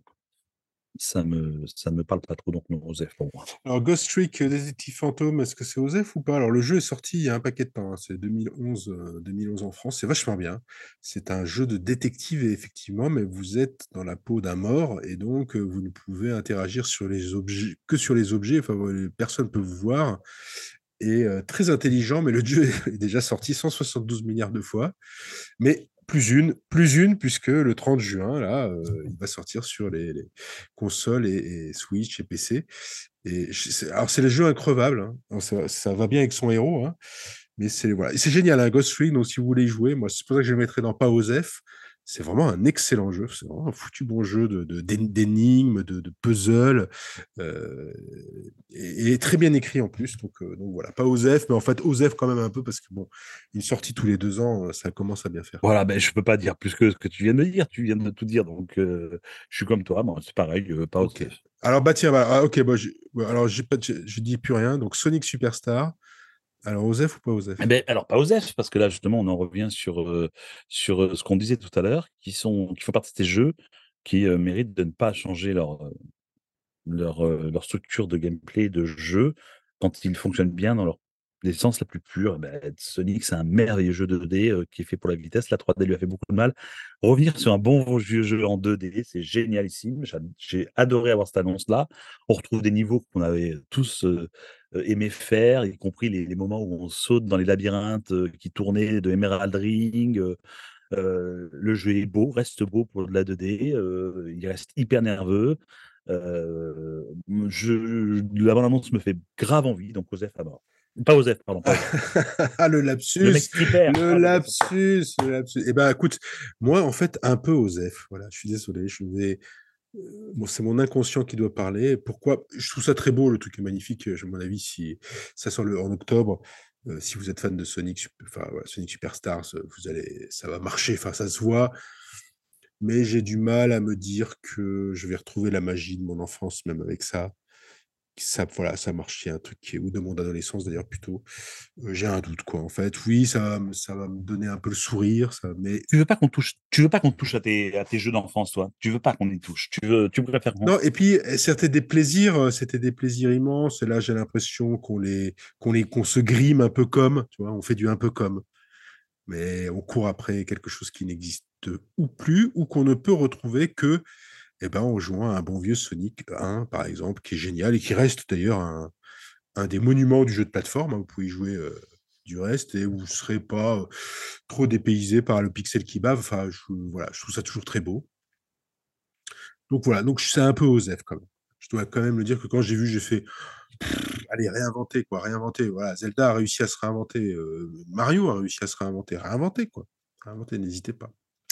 ça me, ça me parle pas trop, donc non, Osef pour moi. Alors, Ghost Trick, euh, Détective Fantôme, est-ce que c'est Osef ou pas? Alors, le jeu est sorti il y a un paquet de temps, hein. C'est deux mille onze, euh, deux mille onze en France. C'est vachement bien. C'est un jeu de détective, et effectivement, mais vous êtes dans la peau d'un mort et donc euh, vous ne pouvez interagir sur les objets que sur les objets. Enfin, euh, personne ne peut vous voir. Et euh, très intelligent, mais le jeu est déjà sorti cent soixante-douze milliards de fois. Mais plus une, plus une, puisque le trente juin, là, euh, il va sortir sur les, les consoles et, et Switch et P C. Et je- c'est- alors, c'est le jeu increvable, hein. Alors, ça, ça va bien avec son héros, hein. Mais c'est voilà. Et c'est génial, hein, Ghost Recon, donc si vous voulez y jouer, moi, c'est pour ça que je le mettrai dans Pas Osef. C'est vraiment un excellent jeu. C'est vraiment un foutu bon jeu de, de- d'én- d'énigmes, de, de puzzles, euh, et, et très bien écrit en plus. Donc, euh, donc voilà, pas Osef, mais en fait Osef quand même un peu parce que bon, une sortie tous les deux ans, euh, ça commence à bien faire. Voilà, ben, je peux pas dire plus que ce que tu viens de me dire. Tu viens de tout dire, donc euh, je suis comme toi. Moi, c'est pareil, euh, pas Ok. Osef. Alors bah tiens, bah, ah, ok, bah, j'ai- ouais, alors j'ai pas, j'ai- je dis plus rien. Donc Sonic Superstar. Alors Osef ou pas Eh Osef? ben, alors, pas Osef, parce que là, justement, on en revient sur, euh, sur euh, ce qu'on disait tout à l'heure, qui sont, qui font partie de ces jeux qui euh, méritent de ne pas changer leur, euh, leur, euh, leur structure de gameplay, de jeu, quand ils fonctionnent bien dans leur essence la plus pure. Eh ben, Sonic, c'est un merveilleux jeu deux D euh, qui est fait pour la vitesse. La trois D lui a fait beaucoup de mal. Revenir sur un bon vieux jeu en deux D, c'est génialissime. J'a- J'ai adoré avoir cette annonce-là. On retrouve des niveaux qu'on avait tous euh, euh, aimé faire, y compris les, les moments où on saute dans les labyrinthes euh, qui tournaient de Emerald Ring. euh, euh, le jeu est beau, reste beau pour de la deux D. euh, il reste hyper nerveux. Euh, je, la bande-annonce me fait grave envie, donc Osef à mort. Pas Osef, pardon, pas Osef. Ah, le Le lapsus, mec qui perd. le Ah, je laisse. lapsus, le lapsus. Eh ben, écoute, moi, en fait, un peu Osef. Voilà, je suis désolé. Je vais. euh, Bon, c'est mon inconscient qui doit parler. Pourquoi? Je trouve ça très beau. Le truc est magnifique. À mon avis, si ça sort le... en octobre, euh, si vous êtes fan de Sonic, Sup- enfin, voilà, Sonic Superstars, euh, vous allez, ça va marcher. Enfin, ça se voit. Mais j'ai du mal à me dire que je vais retrouver la magie de mon enfance, même avec ça. Ça, voilà, ça marche. Il y a un truc qui est, ou de mon adolescence d'ailleurs plutôt. Euh, j'ai un doute, quoi. En fait, oui, ça va, me- ça va me donner un peu le sourire, ça, mais Tu veux pas qu'on touche, tu veux pas qu'on touche à tes, à tes jeux d'enfance, toi. Tu veux pas qu'on y touche. Tu veux, tu préfères qu'on. non. Et puis, euh, c'était des plaisirs, euh, c'était des plaisirs immenses. Et là, j'ai l'impression qu'on les, qu'on les, qu'on se grime un peu comme, tu vois, on fait du un peu comme, mais on court après quelque chose qui n'existe ou plus, ou qu'on ne peut retrouver que, eh ben, en jouant à un bon vieux Sonic un, par exemple, qui est génial et qui reste d'ailleurs un, un des monuments du jeu de plateforme, hein. Vous pouvez y jouer euh, du reste et vous ne serez pas euh, trop dépaysé par le pixel qui bave. Enfin, je, voilà, je trouve ça toujours très beau. Donc voilà, donc c'est un peu osef quand même. Je dois quand même le dire que quand j'ai vu, j'ai fait, allez, réinventer, quoi, réinventer. Voilà, Zelda a réussi à se réinventer, euh, Mario a réussi à se réinventer, réinventer, quoi. Réinventer, n'hésitez pas.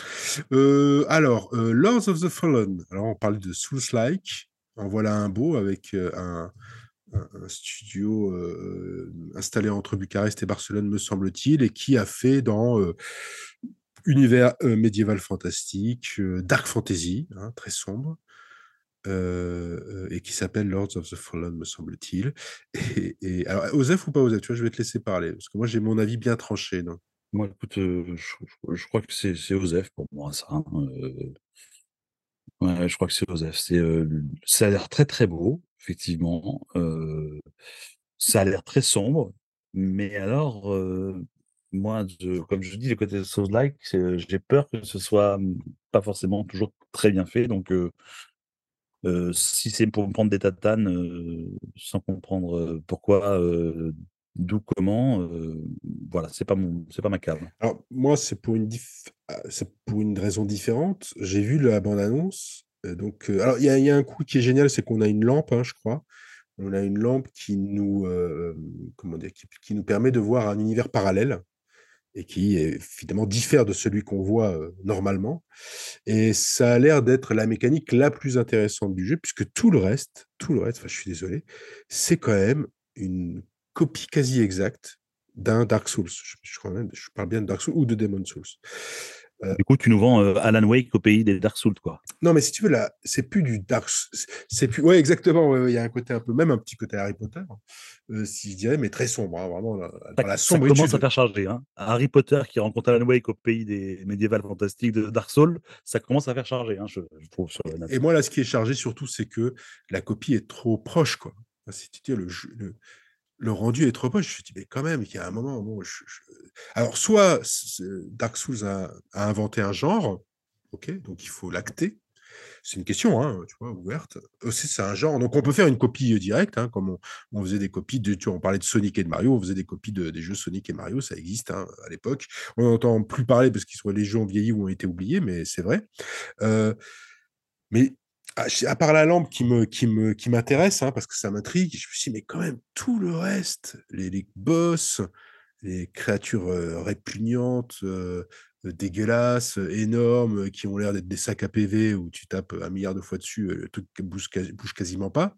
Euh, alors, euh, Lords of the Fallen. Alors, on parle de Souls-like. En voilà un beau avec euh, un, un, un studio euh, installé entre Bucarest et Barcelone, me semble-t-il, et qui a fait dans euh, univers euh, médiéval fantastique, euh, dark fantasy, hein, très sombre, euh, euh, et qui s'appelle Lords of the Fallen, me semble-t-il. Et, et- alors, Osef ou pas Osef, tu vois, je vais te laisser parler, parce que moi j'ai mon avis bien tranché. Non. Moi, écoute, euh, je, je- je crois que c'est, c'est Osef pour moi, ça. Hein. Euh, ouais, je crois que c'est Osef. C'est, euh, ça a l'air très très beau, effectivement. Euh, ça a l'air très sombre, mais alors, euh, moi, je- comme je dis, le côté Souls-like, c'est- j'ai peur que ce soit hum, pas forcément toujours très bien fait. Donc, euh, euh, si c'est pour me prendre des tatanes euh, sans comprendre euh, pourquoi, euh, d'où, comment, euh, voilà, c'est pas mon, c'est pas ma cave. Alors, moi, c'est pour une, dif- ah, c'est pour une raison différente. J'ai vu la bande-annonce. euh, donc, euh, alors, il y a, il y a un coup qui est génial, c'est qu'on a une lampe, hein, je crois. On a une lampe qui nous, euh, comment dire, qui, qui nous permet de voir un univers parallèle et qui, évidemment, diffère de celui qu'on voit euh, normalement. Et ça a l'air d'être la mécanique la plus intéressante du jeu, puisque tout le reste, tout le reste, enfin, je suis désolé, c'est quand même une copie quasi exacte d'un Dark Souls. Je, je crois même, je parle bien de Dark Souls ou de Demon Souls. Euh, Du coup, tu nous vends euh, Alan Wake au pays des Dark Souls, quoi. non, mais si tu veux, là, c'est plus du Dark Souls. C'est plus, ouais, exactement. ouais, ouais, Il y a un côté un peu, même un petit côté Harry Potter, euh, si je dirais, mais très sombre, hein, vraiment, là, Ça, dans la ça commence à sombritude. faire charger. Hein. Harry Potter qui rencontre Alan Wake au pays des médiévales fantastiques de Dark Souls, ça commence à faire charger, hein, je, je trouve, sur la Et nappe. moi, là, ce qui est chargé surtout, c'est que la copie est trop proche, quoi. Enfin, si tu dis, le, jeu- le, le rendu est trop proche. Je me dis, mais quand même, il y a un moment. Bon, je- je- Alors, soit c'est- Dark Souls a, a inventé un genre, ok, donc il faut l'acter. C'est une question, hein, tu vois, ouverte. Aussi, c'est un genre. Donc, on peut faire une copie euh, directe, hein, comme on, on faisait des copies de. Tu vois, on parlait de Sonic et de Mario, on faisait des copies de, des jeux Sonic et Mario, ça existe hein, à l'époque. On n'entend plus parler parce qu'ils sont les jeux ont vieilli ou ont été oubliés, mais c'est vrai. Euh, mais à, à part la lampe qui me, qui me, qui m'intéresse, hein, parce que ça m'intrigue, je me suis dit, mais quand même, tout le reste, les, les boss, les créatures euh, répugnantes, euh, euh, dégueulasses, euh, énormes, euh, qui ont l'air d'être des sacs à P V où tu tapes un milliard de fois dessus, euh, le truc ne bouge, quasi- bouge quasiment pas.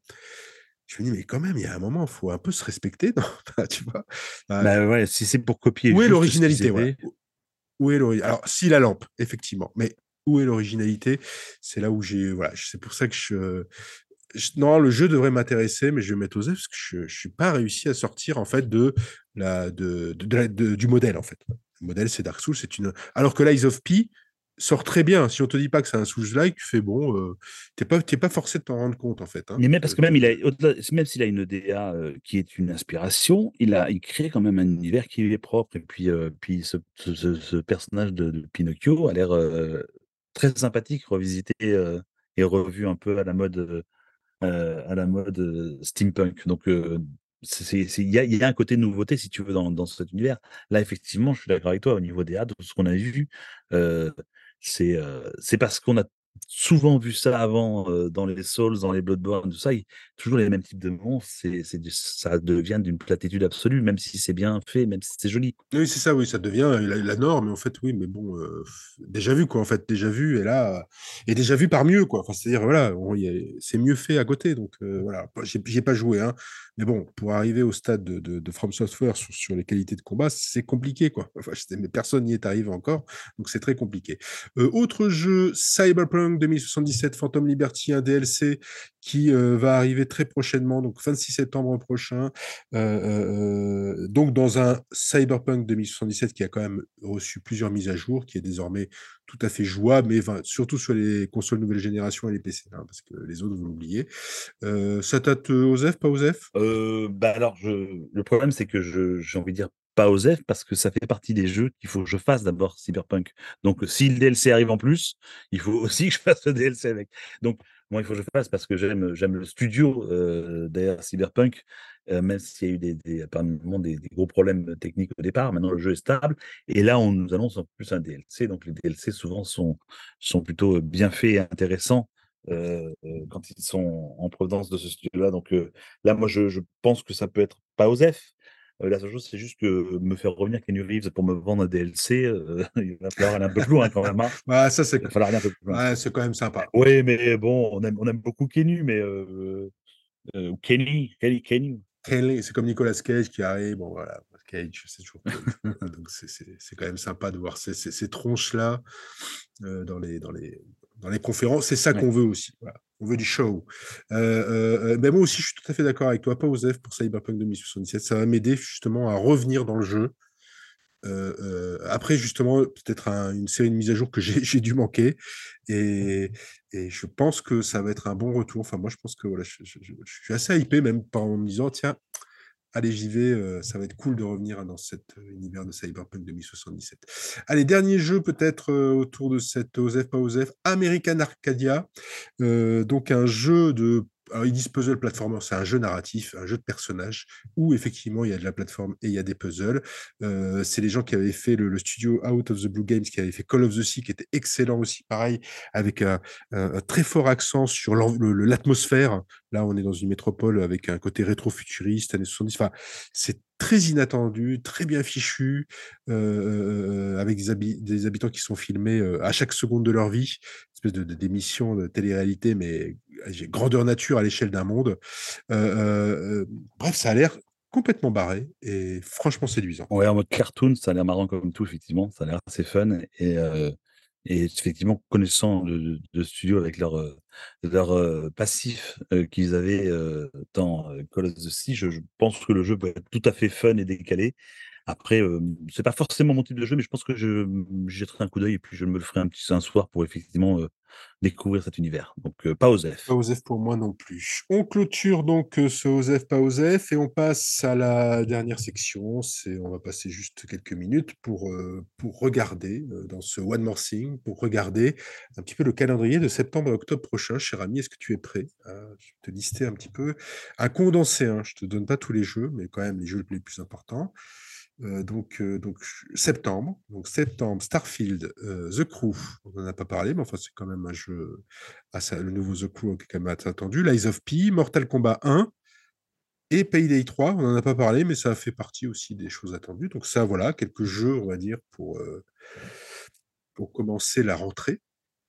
Je me dis, mais quand même, il y a un moment, il faut un peu se respecter, non? Enfin, tu vois? Ah, Bah ouais, si c'est pour copier où est juste ce qu'ils l'originalité, voilà. aimaient, Où où est l'ori alors si la lampe, effectivement, mais où est l'originalité? C'est là où j'ai voilà, c'est pour ça que je je non, le jeu devrait m'intéresser, mais je vais mettre aux F parce que je je suis pas réussi à sortir, en fait, de la de de de la de du modèle, en fait. Le modèle, c'est Dark Souls, c'est une alors que Lies of P sort très bien. Si on te dit pas que c'est un Souls-like, tu fais bon, heu, tu es pas tu es pas forcé de t'en rendre compte, en fait, hein. mais même parce Heu, que même il a tu au-delà même s'il a une D A, heu, qui est une inspiration, il a il crée quand même un univers qui lui est propre et puis, heu, puis ce ce ce ce personnage de de Pinocchio a l'air, heu, très sympathique revisité, heu et revu un peu à la mode, heu heu, à la mode, heu, steampunk donc heu, c'est c'est c'est il y a il y a un côté nouveauté si tu veux dans dans cet univers. Là effectivement, je suis d'accord avec toi au niveau des A, de tout ce qu'on a vu, heu, c'est, heu, c'est parce qu'on a souvent vu ça avant, heu, dans les Souls, dans les Bloodborne, tout ça, il toujours les mêmes types de monstres, c'est c'est du ça devient d'une platitude absolue, même si c'est bien fait, même si c'est joli. Oui, c'est ça, oui, ça devient, heu, la la norme, en fait, oui, mais bon, heu, déjà vu, quoi, en fait, déjà vu et là, et déjà vu par mieux, quoi. Enfin, c'est-à-dire, voilà, on il y a c'est mieux fait à côté, donc heu, voilà. Moi, j'ai j'y ai pas joué, hein, mais bon, pour arriver au stade de de de From Software sur sur les qualités de combat, c'est compliqué, quoi. Enfin, je sais mais personne n'y est arrivé encore, donc c'est très compliqué. Heu, autre jeu, Cyberpunk deux mille soixante-dix-sept Phantom Liberty, un D L C qui, heu, va arriver très prochainement, donc vingt-six septembre prochain. Heu heu heu, donc dans un Cyberpunk deux mille soixante-dix-sept qui a quand même reçu plusieurs mises à jour, qui est désormais tout à fait jouable, mais enfin, surtout sur les consoles nouvelle génération et les P C, hein, parce que les autres, vous l'oubliez. Heu, ça tâte, heu, Osef, pas Osef? Heu, bah, alors je le problème c'est que je j'ai envie de dire pas osef parce que ça fait partie des jeux qu'il faut que je fasse d'abord Cyberpunk. Donc si le D L C arrive en plus, il faut aussi que je fasse le D L C avec. Donc moi, il faut que je fasse parce que j'aime j'aime le studio, heu, derrière Cyberpunk, heu, même s'il y a eu des des apparemment des des gros problèmes techniques au départ. Maintenant le jeu est stable et là on nous annonce en plus un D L C, donc les D L C souvent sont sont plutôt, bien faits et intéressants, heu heu, quand ils sont en provenance de ce studio-là donc heu là, moi, je je pense que ça peut être pas osef. Heu, la seule chose, c'est juste que me faire revenir Keanu Reeves pour me vendre un D L C, heu, il va falloir aller un peu plus loin quand même, hein. Ouais, ça, c'est Il va falloir aller un peu plus loin. ouais, c'est quand même sympa. Oui, mais bon, on aime on aime beaucoup Keanu, mais heu heu, ou Kenny, Kenny Keanu. Kelly, c'est comme Nicolas Cage qui arrive, bon voilà, Cage, c'est toujours Cage, quoi. Donc c'est c'est c'est quand même sympa de voir ces ces ces tronches-là, heu, dans les dans les dans les conférences. C'est ça Ouais. qu'on veut aussi, voilà. On veut du show. Heu heu heu, bah, moi aussi, je suis tout à fait d'accord avec toi, pas Osef pour Cyberpunk deux mille soixante-dix-sept. Ça va m'aider justement à revenir dans le jeu. Heu heu, après justement, peut-être un une série de mises à jour que j'ai j'ai dû manquer et et je pense que ça va être un bon retour. Enfin moi, je pense que voilà, je je je je suis assez hypé même par en me disant: «Tiens, allez, j'y vais, heu, ça va être cool de revenir dans cet, heu, univers de Cyberpunk deux mille soixante-dix-sept». Allez, dernier jeu peut-être, heu, autour de cette OSEF, pas OSEF, American Arcadia, heu, donc un jeu de alors ils disent puzzle platformer, c'est un jeu narratif, un jeu de personnages où effectivement il y a de la plateforme et il y a des puzzles. Heu, c'est les gens qui avaient fait le le studio Out of the Blue Games, qui avaient fait Call of the Sea, qui était excellent aussi, pareil, avec un un un très fort accent sur l'env le le l'atmosphère. Là, on est dans une métropole avec un côté rétro-futuriste, années soixante-dix. Enfin, c'est très inattendu, très bien fichu, heu heu avec des habi des habitants qui sont filmés, heu, à chaque seconde de leur vie. Espèce de de d'émission de télé-réalité, mais j'ai grandeur nature à l'échelle d'un monde. Heu heu heu, bref, ça a l'air complètement barré et franchement séduisant. Ouais, en mode cartoon, ça a l'air marrant comme tout, effectivement, ça a l'air assez fun et heu et effectivement, connaissant le le le studio avec leur, heu, leur, heu, passif, heu, qu'ils avaient, heu, dans, heu, Call of the Sea, je je pense que le jeu peut être tout à fait fun et décalé. Après, hem, c'est pas forcément mon type de jeu, mais je pense que je, mmh, j'y jetterai un coup d'œil et puis je me le ferai un petit un soir pour effectivement, heu, découvrir cet univers. Donc, heu, pas Pas osef. OSEF pour moi non plus. On clôture donc euh, ce OSEF, pas OSEF, et on passe à la dernière section. C'est, on va passer juste quelques minutes pour, euh, pour regarder, euh, dans ce One More Thing, pour regarder un petit peu le calendrier de septembre et octobre prochain. Cher ami, est-ce que tu es prêt? Euh, Je vais te lister un petit peu, un condensé, hein. Je te donne pas tous les jeux, mais quand même les jeux les plus importants. Euh, donc, euh, donc septembre, donc septembre, Starfield, euh, The Crew, on n'en a pas parlé, mais enfin c'est quand même un jeu, ah, ça, le nouveau The Crew qui est quand même assez attendu, Lies of P, Mortal Kombat un, Et Payday trois, on n'en a pas parlé, mais ça a fait partie aussi des choses attendues. Donc ça, voilà, quelques jeux, on va dire, pour, euh, pour commencer la rentrée.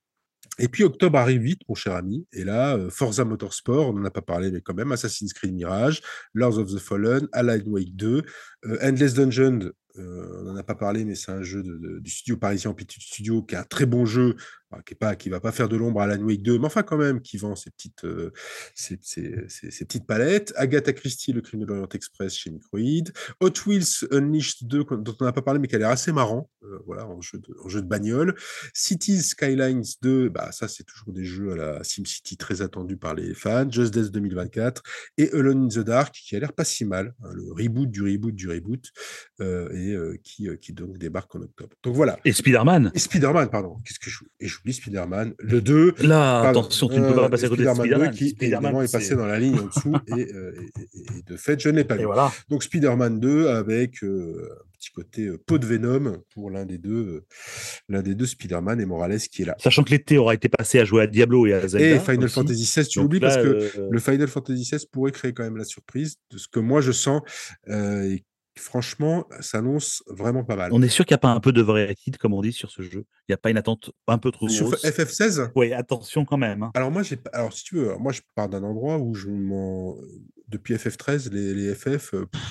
Et puis octobre arrive vite, mon cher ami. Et là, euh, Forza Motorsport, on n'en a pas parlé, mais quand même, Assassin's Creed Mirage, Lords of the Fallen, Alan Wake deux, euh, Endless Dungeon, euh, on n'en a pas parlé, mais c'est un jeu de, de, du studio parisien Amplitude Studio, qui est un très bon jeu, alors, qui est pas, qui va pas faire de l'ombre à Alan Wake deux, mais enfin quand même, qui vend ses petites, euh, ses, ses, ses, ses petites palettes. Agatha Christie, Le Crime de l'Orient Express chez Microïd. Hot Wheels Unleashed deux, dont on n'a pas parlé, mais qui a l'air assez marrant, euh, voilà, en jeu de, en jeu de bagnole. Cities Skylines deux, bah, ça, c'est toujours des jeux à la SimCity très attendus par les fans. Just Dance deux mille vingt-quatre et Alone in the Dark, qui a l'air pas si mal, hein, le reboot du reboot du reboot, euh, et euh, qui, euh, qui donc débarque en octobre. Donc voilà. Et Spider-Man. Et Spider-Man, pardon. Qu'est-ce que je... Et j'oublie Spider-Man. Le deux. Là, Pardon, attention, tu ne peux euh, pas passer à côté de Spider-Man deux, Spider-Man. qui évidemment Spider-Man, est passé c'est. dans la ligne en dessous, et, euh, et, et- et de fait, je ne l'ai pas Et vu. voilà. Donc Spider-Man deux avec euh, un petit côté euh, pot de Venom pour l'un des deux, euh, l'un des deux Spider-Man et Morales qui est là. Sachant que l'été aura été passé à jouer à Diablo et à Zelda. Et Final aussi. Fantasy seize, tu Donc l'oublies là, parce que euh, le Final Fantasy seize pourrait créer quand même la surprise de ce que moi je sens. euh, et franchement, ça annonce vraiment pas mal. on est sûr qu'il n'y a pas un peu de vrai hit, comme on dit, sur ce jeu. Il n'y a pas une attente un peu trop Sur grosse. F F seize, Oui, attention quand même. hein. alors moi, j'ai pas- alors si tu veux, moi je pars d'un endroit où je m'en... Depuis F F treize, les, les F F, euh, pff,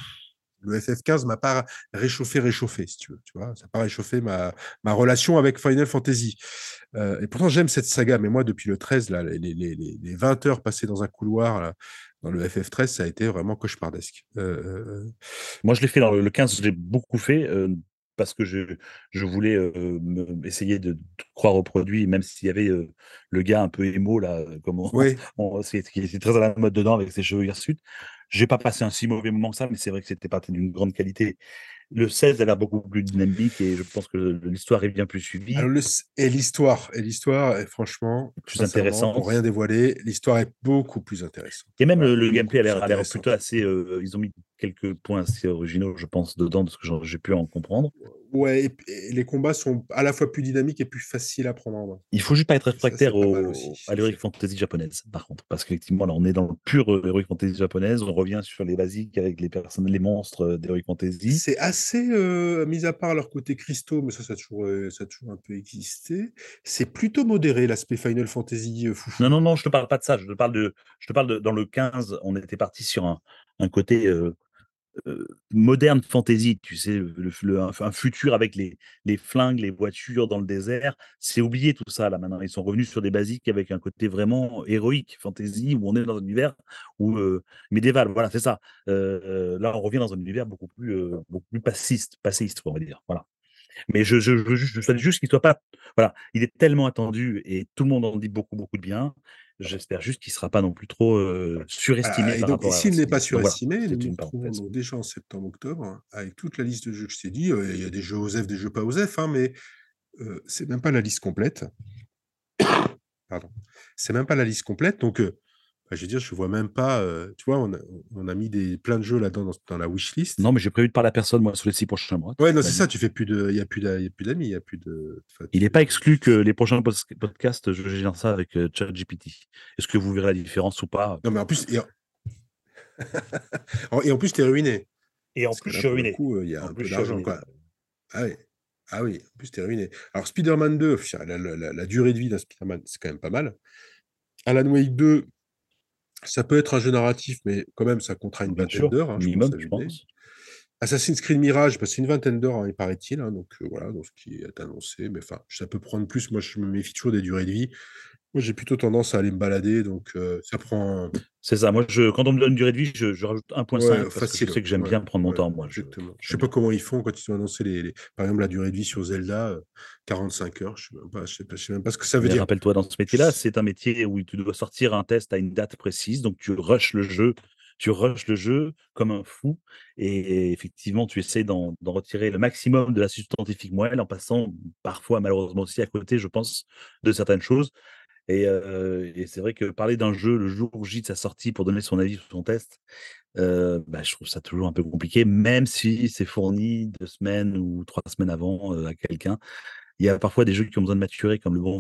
le F F quinze m'a pas réchauffé, réchauffé, si tu veux, tu vois, ça n'a pas réchauffé ma, ma relation avec Final Fantasy. Euh, et pourtant, j'aime cette saga, mais moi, depuis le treize, là, les, les, les, les vingt heures passées dans un couloir, là, dans le F F treize, ça a été vraiment cauchemardesque. Euh, euh, Moi, je l'ai fait dans le, le quinze, je l'ai beaucoup fait euh, parce que je, je voulais euh, me- essayer de, de croire au produit, même s'il y avait euh, le gars un peu émo, là, euh, comme on, oui, on- c'est- qui était très à la mode dedans avec ses cheveux hirsutes. J'ai pas passé un si mauvais moment que ça, mais c'est vrai que c'était pas d'une grande qualité. Le seize a l'air beaucoup plus dynamique et je pense que le- l'histoire est bien plus suivie, alors, le, et l'histoire, et l'histoire, est, franchement, plus sincèrement, pour rien intéressante. dévoiler, l'histoire est beaucoup plus intéressante. Et même Voilà, le, le beaucoup gameplay a plus l'air a l'air plutôt intéressante. assez. Euh, ils ont mis quelques points assez originaux, je pense, dedans, de ce que j'en- j'ai pu en comprendre. Ouais, et, et les combats sont à la fois plus dynamiques et plus faciles à prendre en main. Il faut juste pas être Et ça, réfractaire c'est pas mal au, aussi. à l'heroic fantasy japonaise, par contre, parce qu'effectivement, là, on est dans le pur euh, heroic fantasy japonaise. On revient sur les basiques avec les personnes, les monstres euh, d'heroic fantasy. C'est assez, euh, mis à part leur côté cristaux, mais ça, ça a toujours, euh, ça a toujours un peu existé. C'est plutôt modéré, l'aspect Final Fantasy euh, Non, foufou. non, non, je te parle pas de ça. Je te parle de, je te parle de, dans le quinze, on était parti sur un, un côté euh, euh, moderne fantasy, tu sais, le, le- un, un futur avec les, les flingues, les voitures dans le désert. C'est oublié tout ça là maintenant. Ils sont revenus sur des basiques avec un côté vraiment héroïque, fantasy, où on est dans un univers où, euh, médiéval. Voilà, c'est ça. Euh, euh, là, on revient dans un univers beaucoup plus, euh, beaucoup plus passiste, passéiste, on va dire. Voilà. Mais je, je, je, je souhaite juste qu'il soit pas. Voilà, il est tellement attendu et tout le monde en dit beaucoup, beaucoup de bien. J'espère juste qu'il ne sera pas non plus trop euh, Voilà. surestimé Et par donc, rapport à s'il n'est ce pas niveau. Donc voilà, surestimé, nous c'est nous une retrouvons parenthèse. donc déjà en septembre-octobre, hein, avec toute la liste de jeux que je t'ai dit. Euh, Il y a des jeux OSEF, des jeux pas OSEF, hein, mais euh, c'est même pas la liste complète. Pardon. C'est même pas la liste complète. Donc, euh, bah, je veux dire, je vois même pas. euh, tu vois, on a, on a mis des, plein de jeux là-dedans dans, dans la wishlist. Non, mais j'ai prévu de parler à personne, moi, sur les six prochains mois, de Ouais, non, toute c'est ça, manière. tu fais plus de. Il n'y a plus d'a- il y a plus d'amis, il n'y a plus de. Enfin, Il n'est tu- pas exclu que les prochains pos- podcasts, je gère ça avec euh, ChatGPT. Est-ce que vous verrez la différence ou pas? Non, mais en plus, et en, et en plus, t'es ruiné. Et en Parce que plus, je là, suis pour le ruiné. coup, euh, il y a En un plus, peu je suis d'argent, ruiné. quoi. Ah oui. Ah oui, en plus, t'es ruiné. Alors, Spider-Man deux, putain, la, la- la- la durée de vie d'un Spider-Man, c'est quand même pas mal. Alan Wake deux, ça peut être un jeu narratif, mais quand même, ça comptera une Bien vingtaine sûr, d'heures, hein, je pense, minimum, à je vue de nez. pense. Assassin's Creed Mirage, bah, c'est une vingtaine d'heures, hein, il paraît-il, hein, donc euh, voilà, donc ce qui est annoncé, mais enfin, ça peut prendre plus. Moi, je me méfie toujours des durées de vie. Moi, j'ai plutôt tendance à aller me balader, donc euh, ça prend. C'est ça. Moi, je, quand on me donne une durée de vie, je, je rajoute un virgule cinq Ouais, parce que je facile. sais que j'aime Ouais, bien prendre mon ouais, temps, moi. Je, exactement. Je sais j'aime pas bien. comment ils font quand ils ont annoncé les, les- par exemple la durée de vie sur Zelda, euh, quarante-cinq heures. Je sais même pas, je sais pas, je sais même pas ce que ça veut Mais dire. rappelle-toi, dans ce métier-là, c'est un métier où tu dois sortir un test à une date précise, donc tu rushes le jeu, tu rushes le jeu comme un fou, et effectivement, tu essaies d'en d'en retirer le maximum de la substantifique moelle en passant parfois, malheureusement aussi, à côté, je pense, de certaines choses. Et, euh, et c'est vrai que parler d'un jeu le jour J de sa sortie pour donner son avis sur son test, euh, bah, je trouve ça toujours un peu compliqué, même si c'est fourni deux semaines ou trois semaines avant euh, à quelqu'un. Il y a parfois des jeux qui ont besoin de maturer comme le bon vin.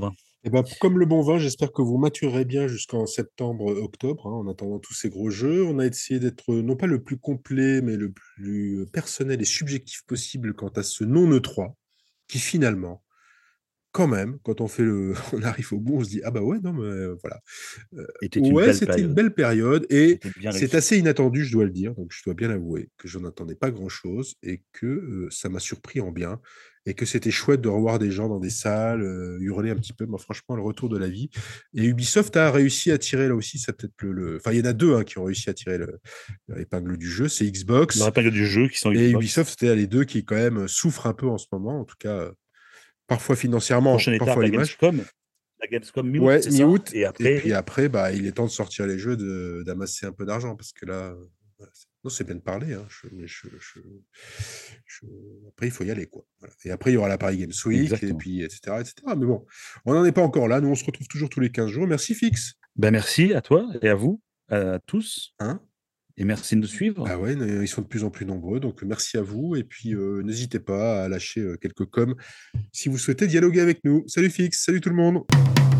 Et ben, comme le bon vin, j'espère que vous maturerez bien jusqu'en septembre, euh, octobre, hein, en attendant tous ces gros jeux. On a essayé d'être euh, non pas le plus complet, mais le plus euh, personnel et subjectif possible quant à ce non E trois, qui finalement, quand même, quand on fait le, on arrive au bout, on se dit ah bah ouais non mais euh, voilà. Euh, Était une ouais, belle c'était une période. belle période et C'était bien c'est réussi. assez inattendu, je dois le dire. Donc je dois bien l'avouer que j'en attendais pas grand-chose et que euh, ça m'a surpris en bien et que c'était chouette de revoir des gens dans des salles, euh, hurler un petit peu. Moi, franchement, le retour de la vie. Et Ubisoft a réussi à tirer là aussi, ça peut-être le, le- enfin il y en a deux hein, qui ont réussi à tirer le- l'épingle du jeu, c'est Leur Xbox épingle du jeu qui sont et Xbox. Ubisoft. C'était les deux qui quand même souffrent un peu en ce moment, en tout cas euh, parfois financièrement, Prochaine étape, parfois à la l'image. Gamescom. La Gamescom mi-août, Ouais, c'est ça? mi-août. Et Et puis après, après, bah, il est temps de sortir les jeux, de- d'amasser un peu d'argent, parce que là, euh, voilà, c'est- non, c'est bien de parler, hein, je- mais je- je- je- après, il faut y aller, quoi. Voilà. Et après, il y aura la Paris Games Week, et exactement. puis, et cetera, et cetera. Mais bon, on n'en est pas encore là. Nous, on se retrouve toujours tous les quinze jours. Merci, Fix. Ben merci à toi et à vous, à tous, Hein? et merci de nous suivre. Bah ouais, né- ils sont de plus en plus nombreux, donc merci à vous. Et puis, euh, n'hésitez pas à lâcher euh, quelques coms si vous souhaitez dialoguer avec nous. Salut, Fix. Salut tout le monde.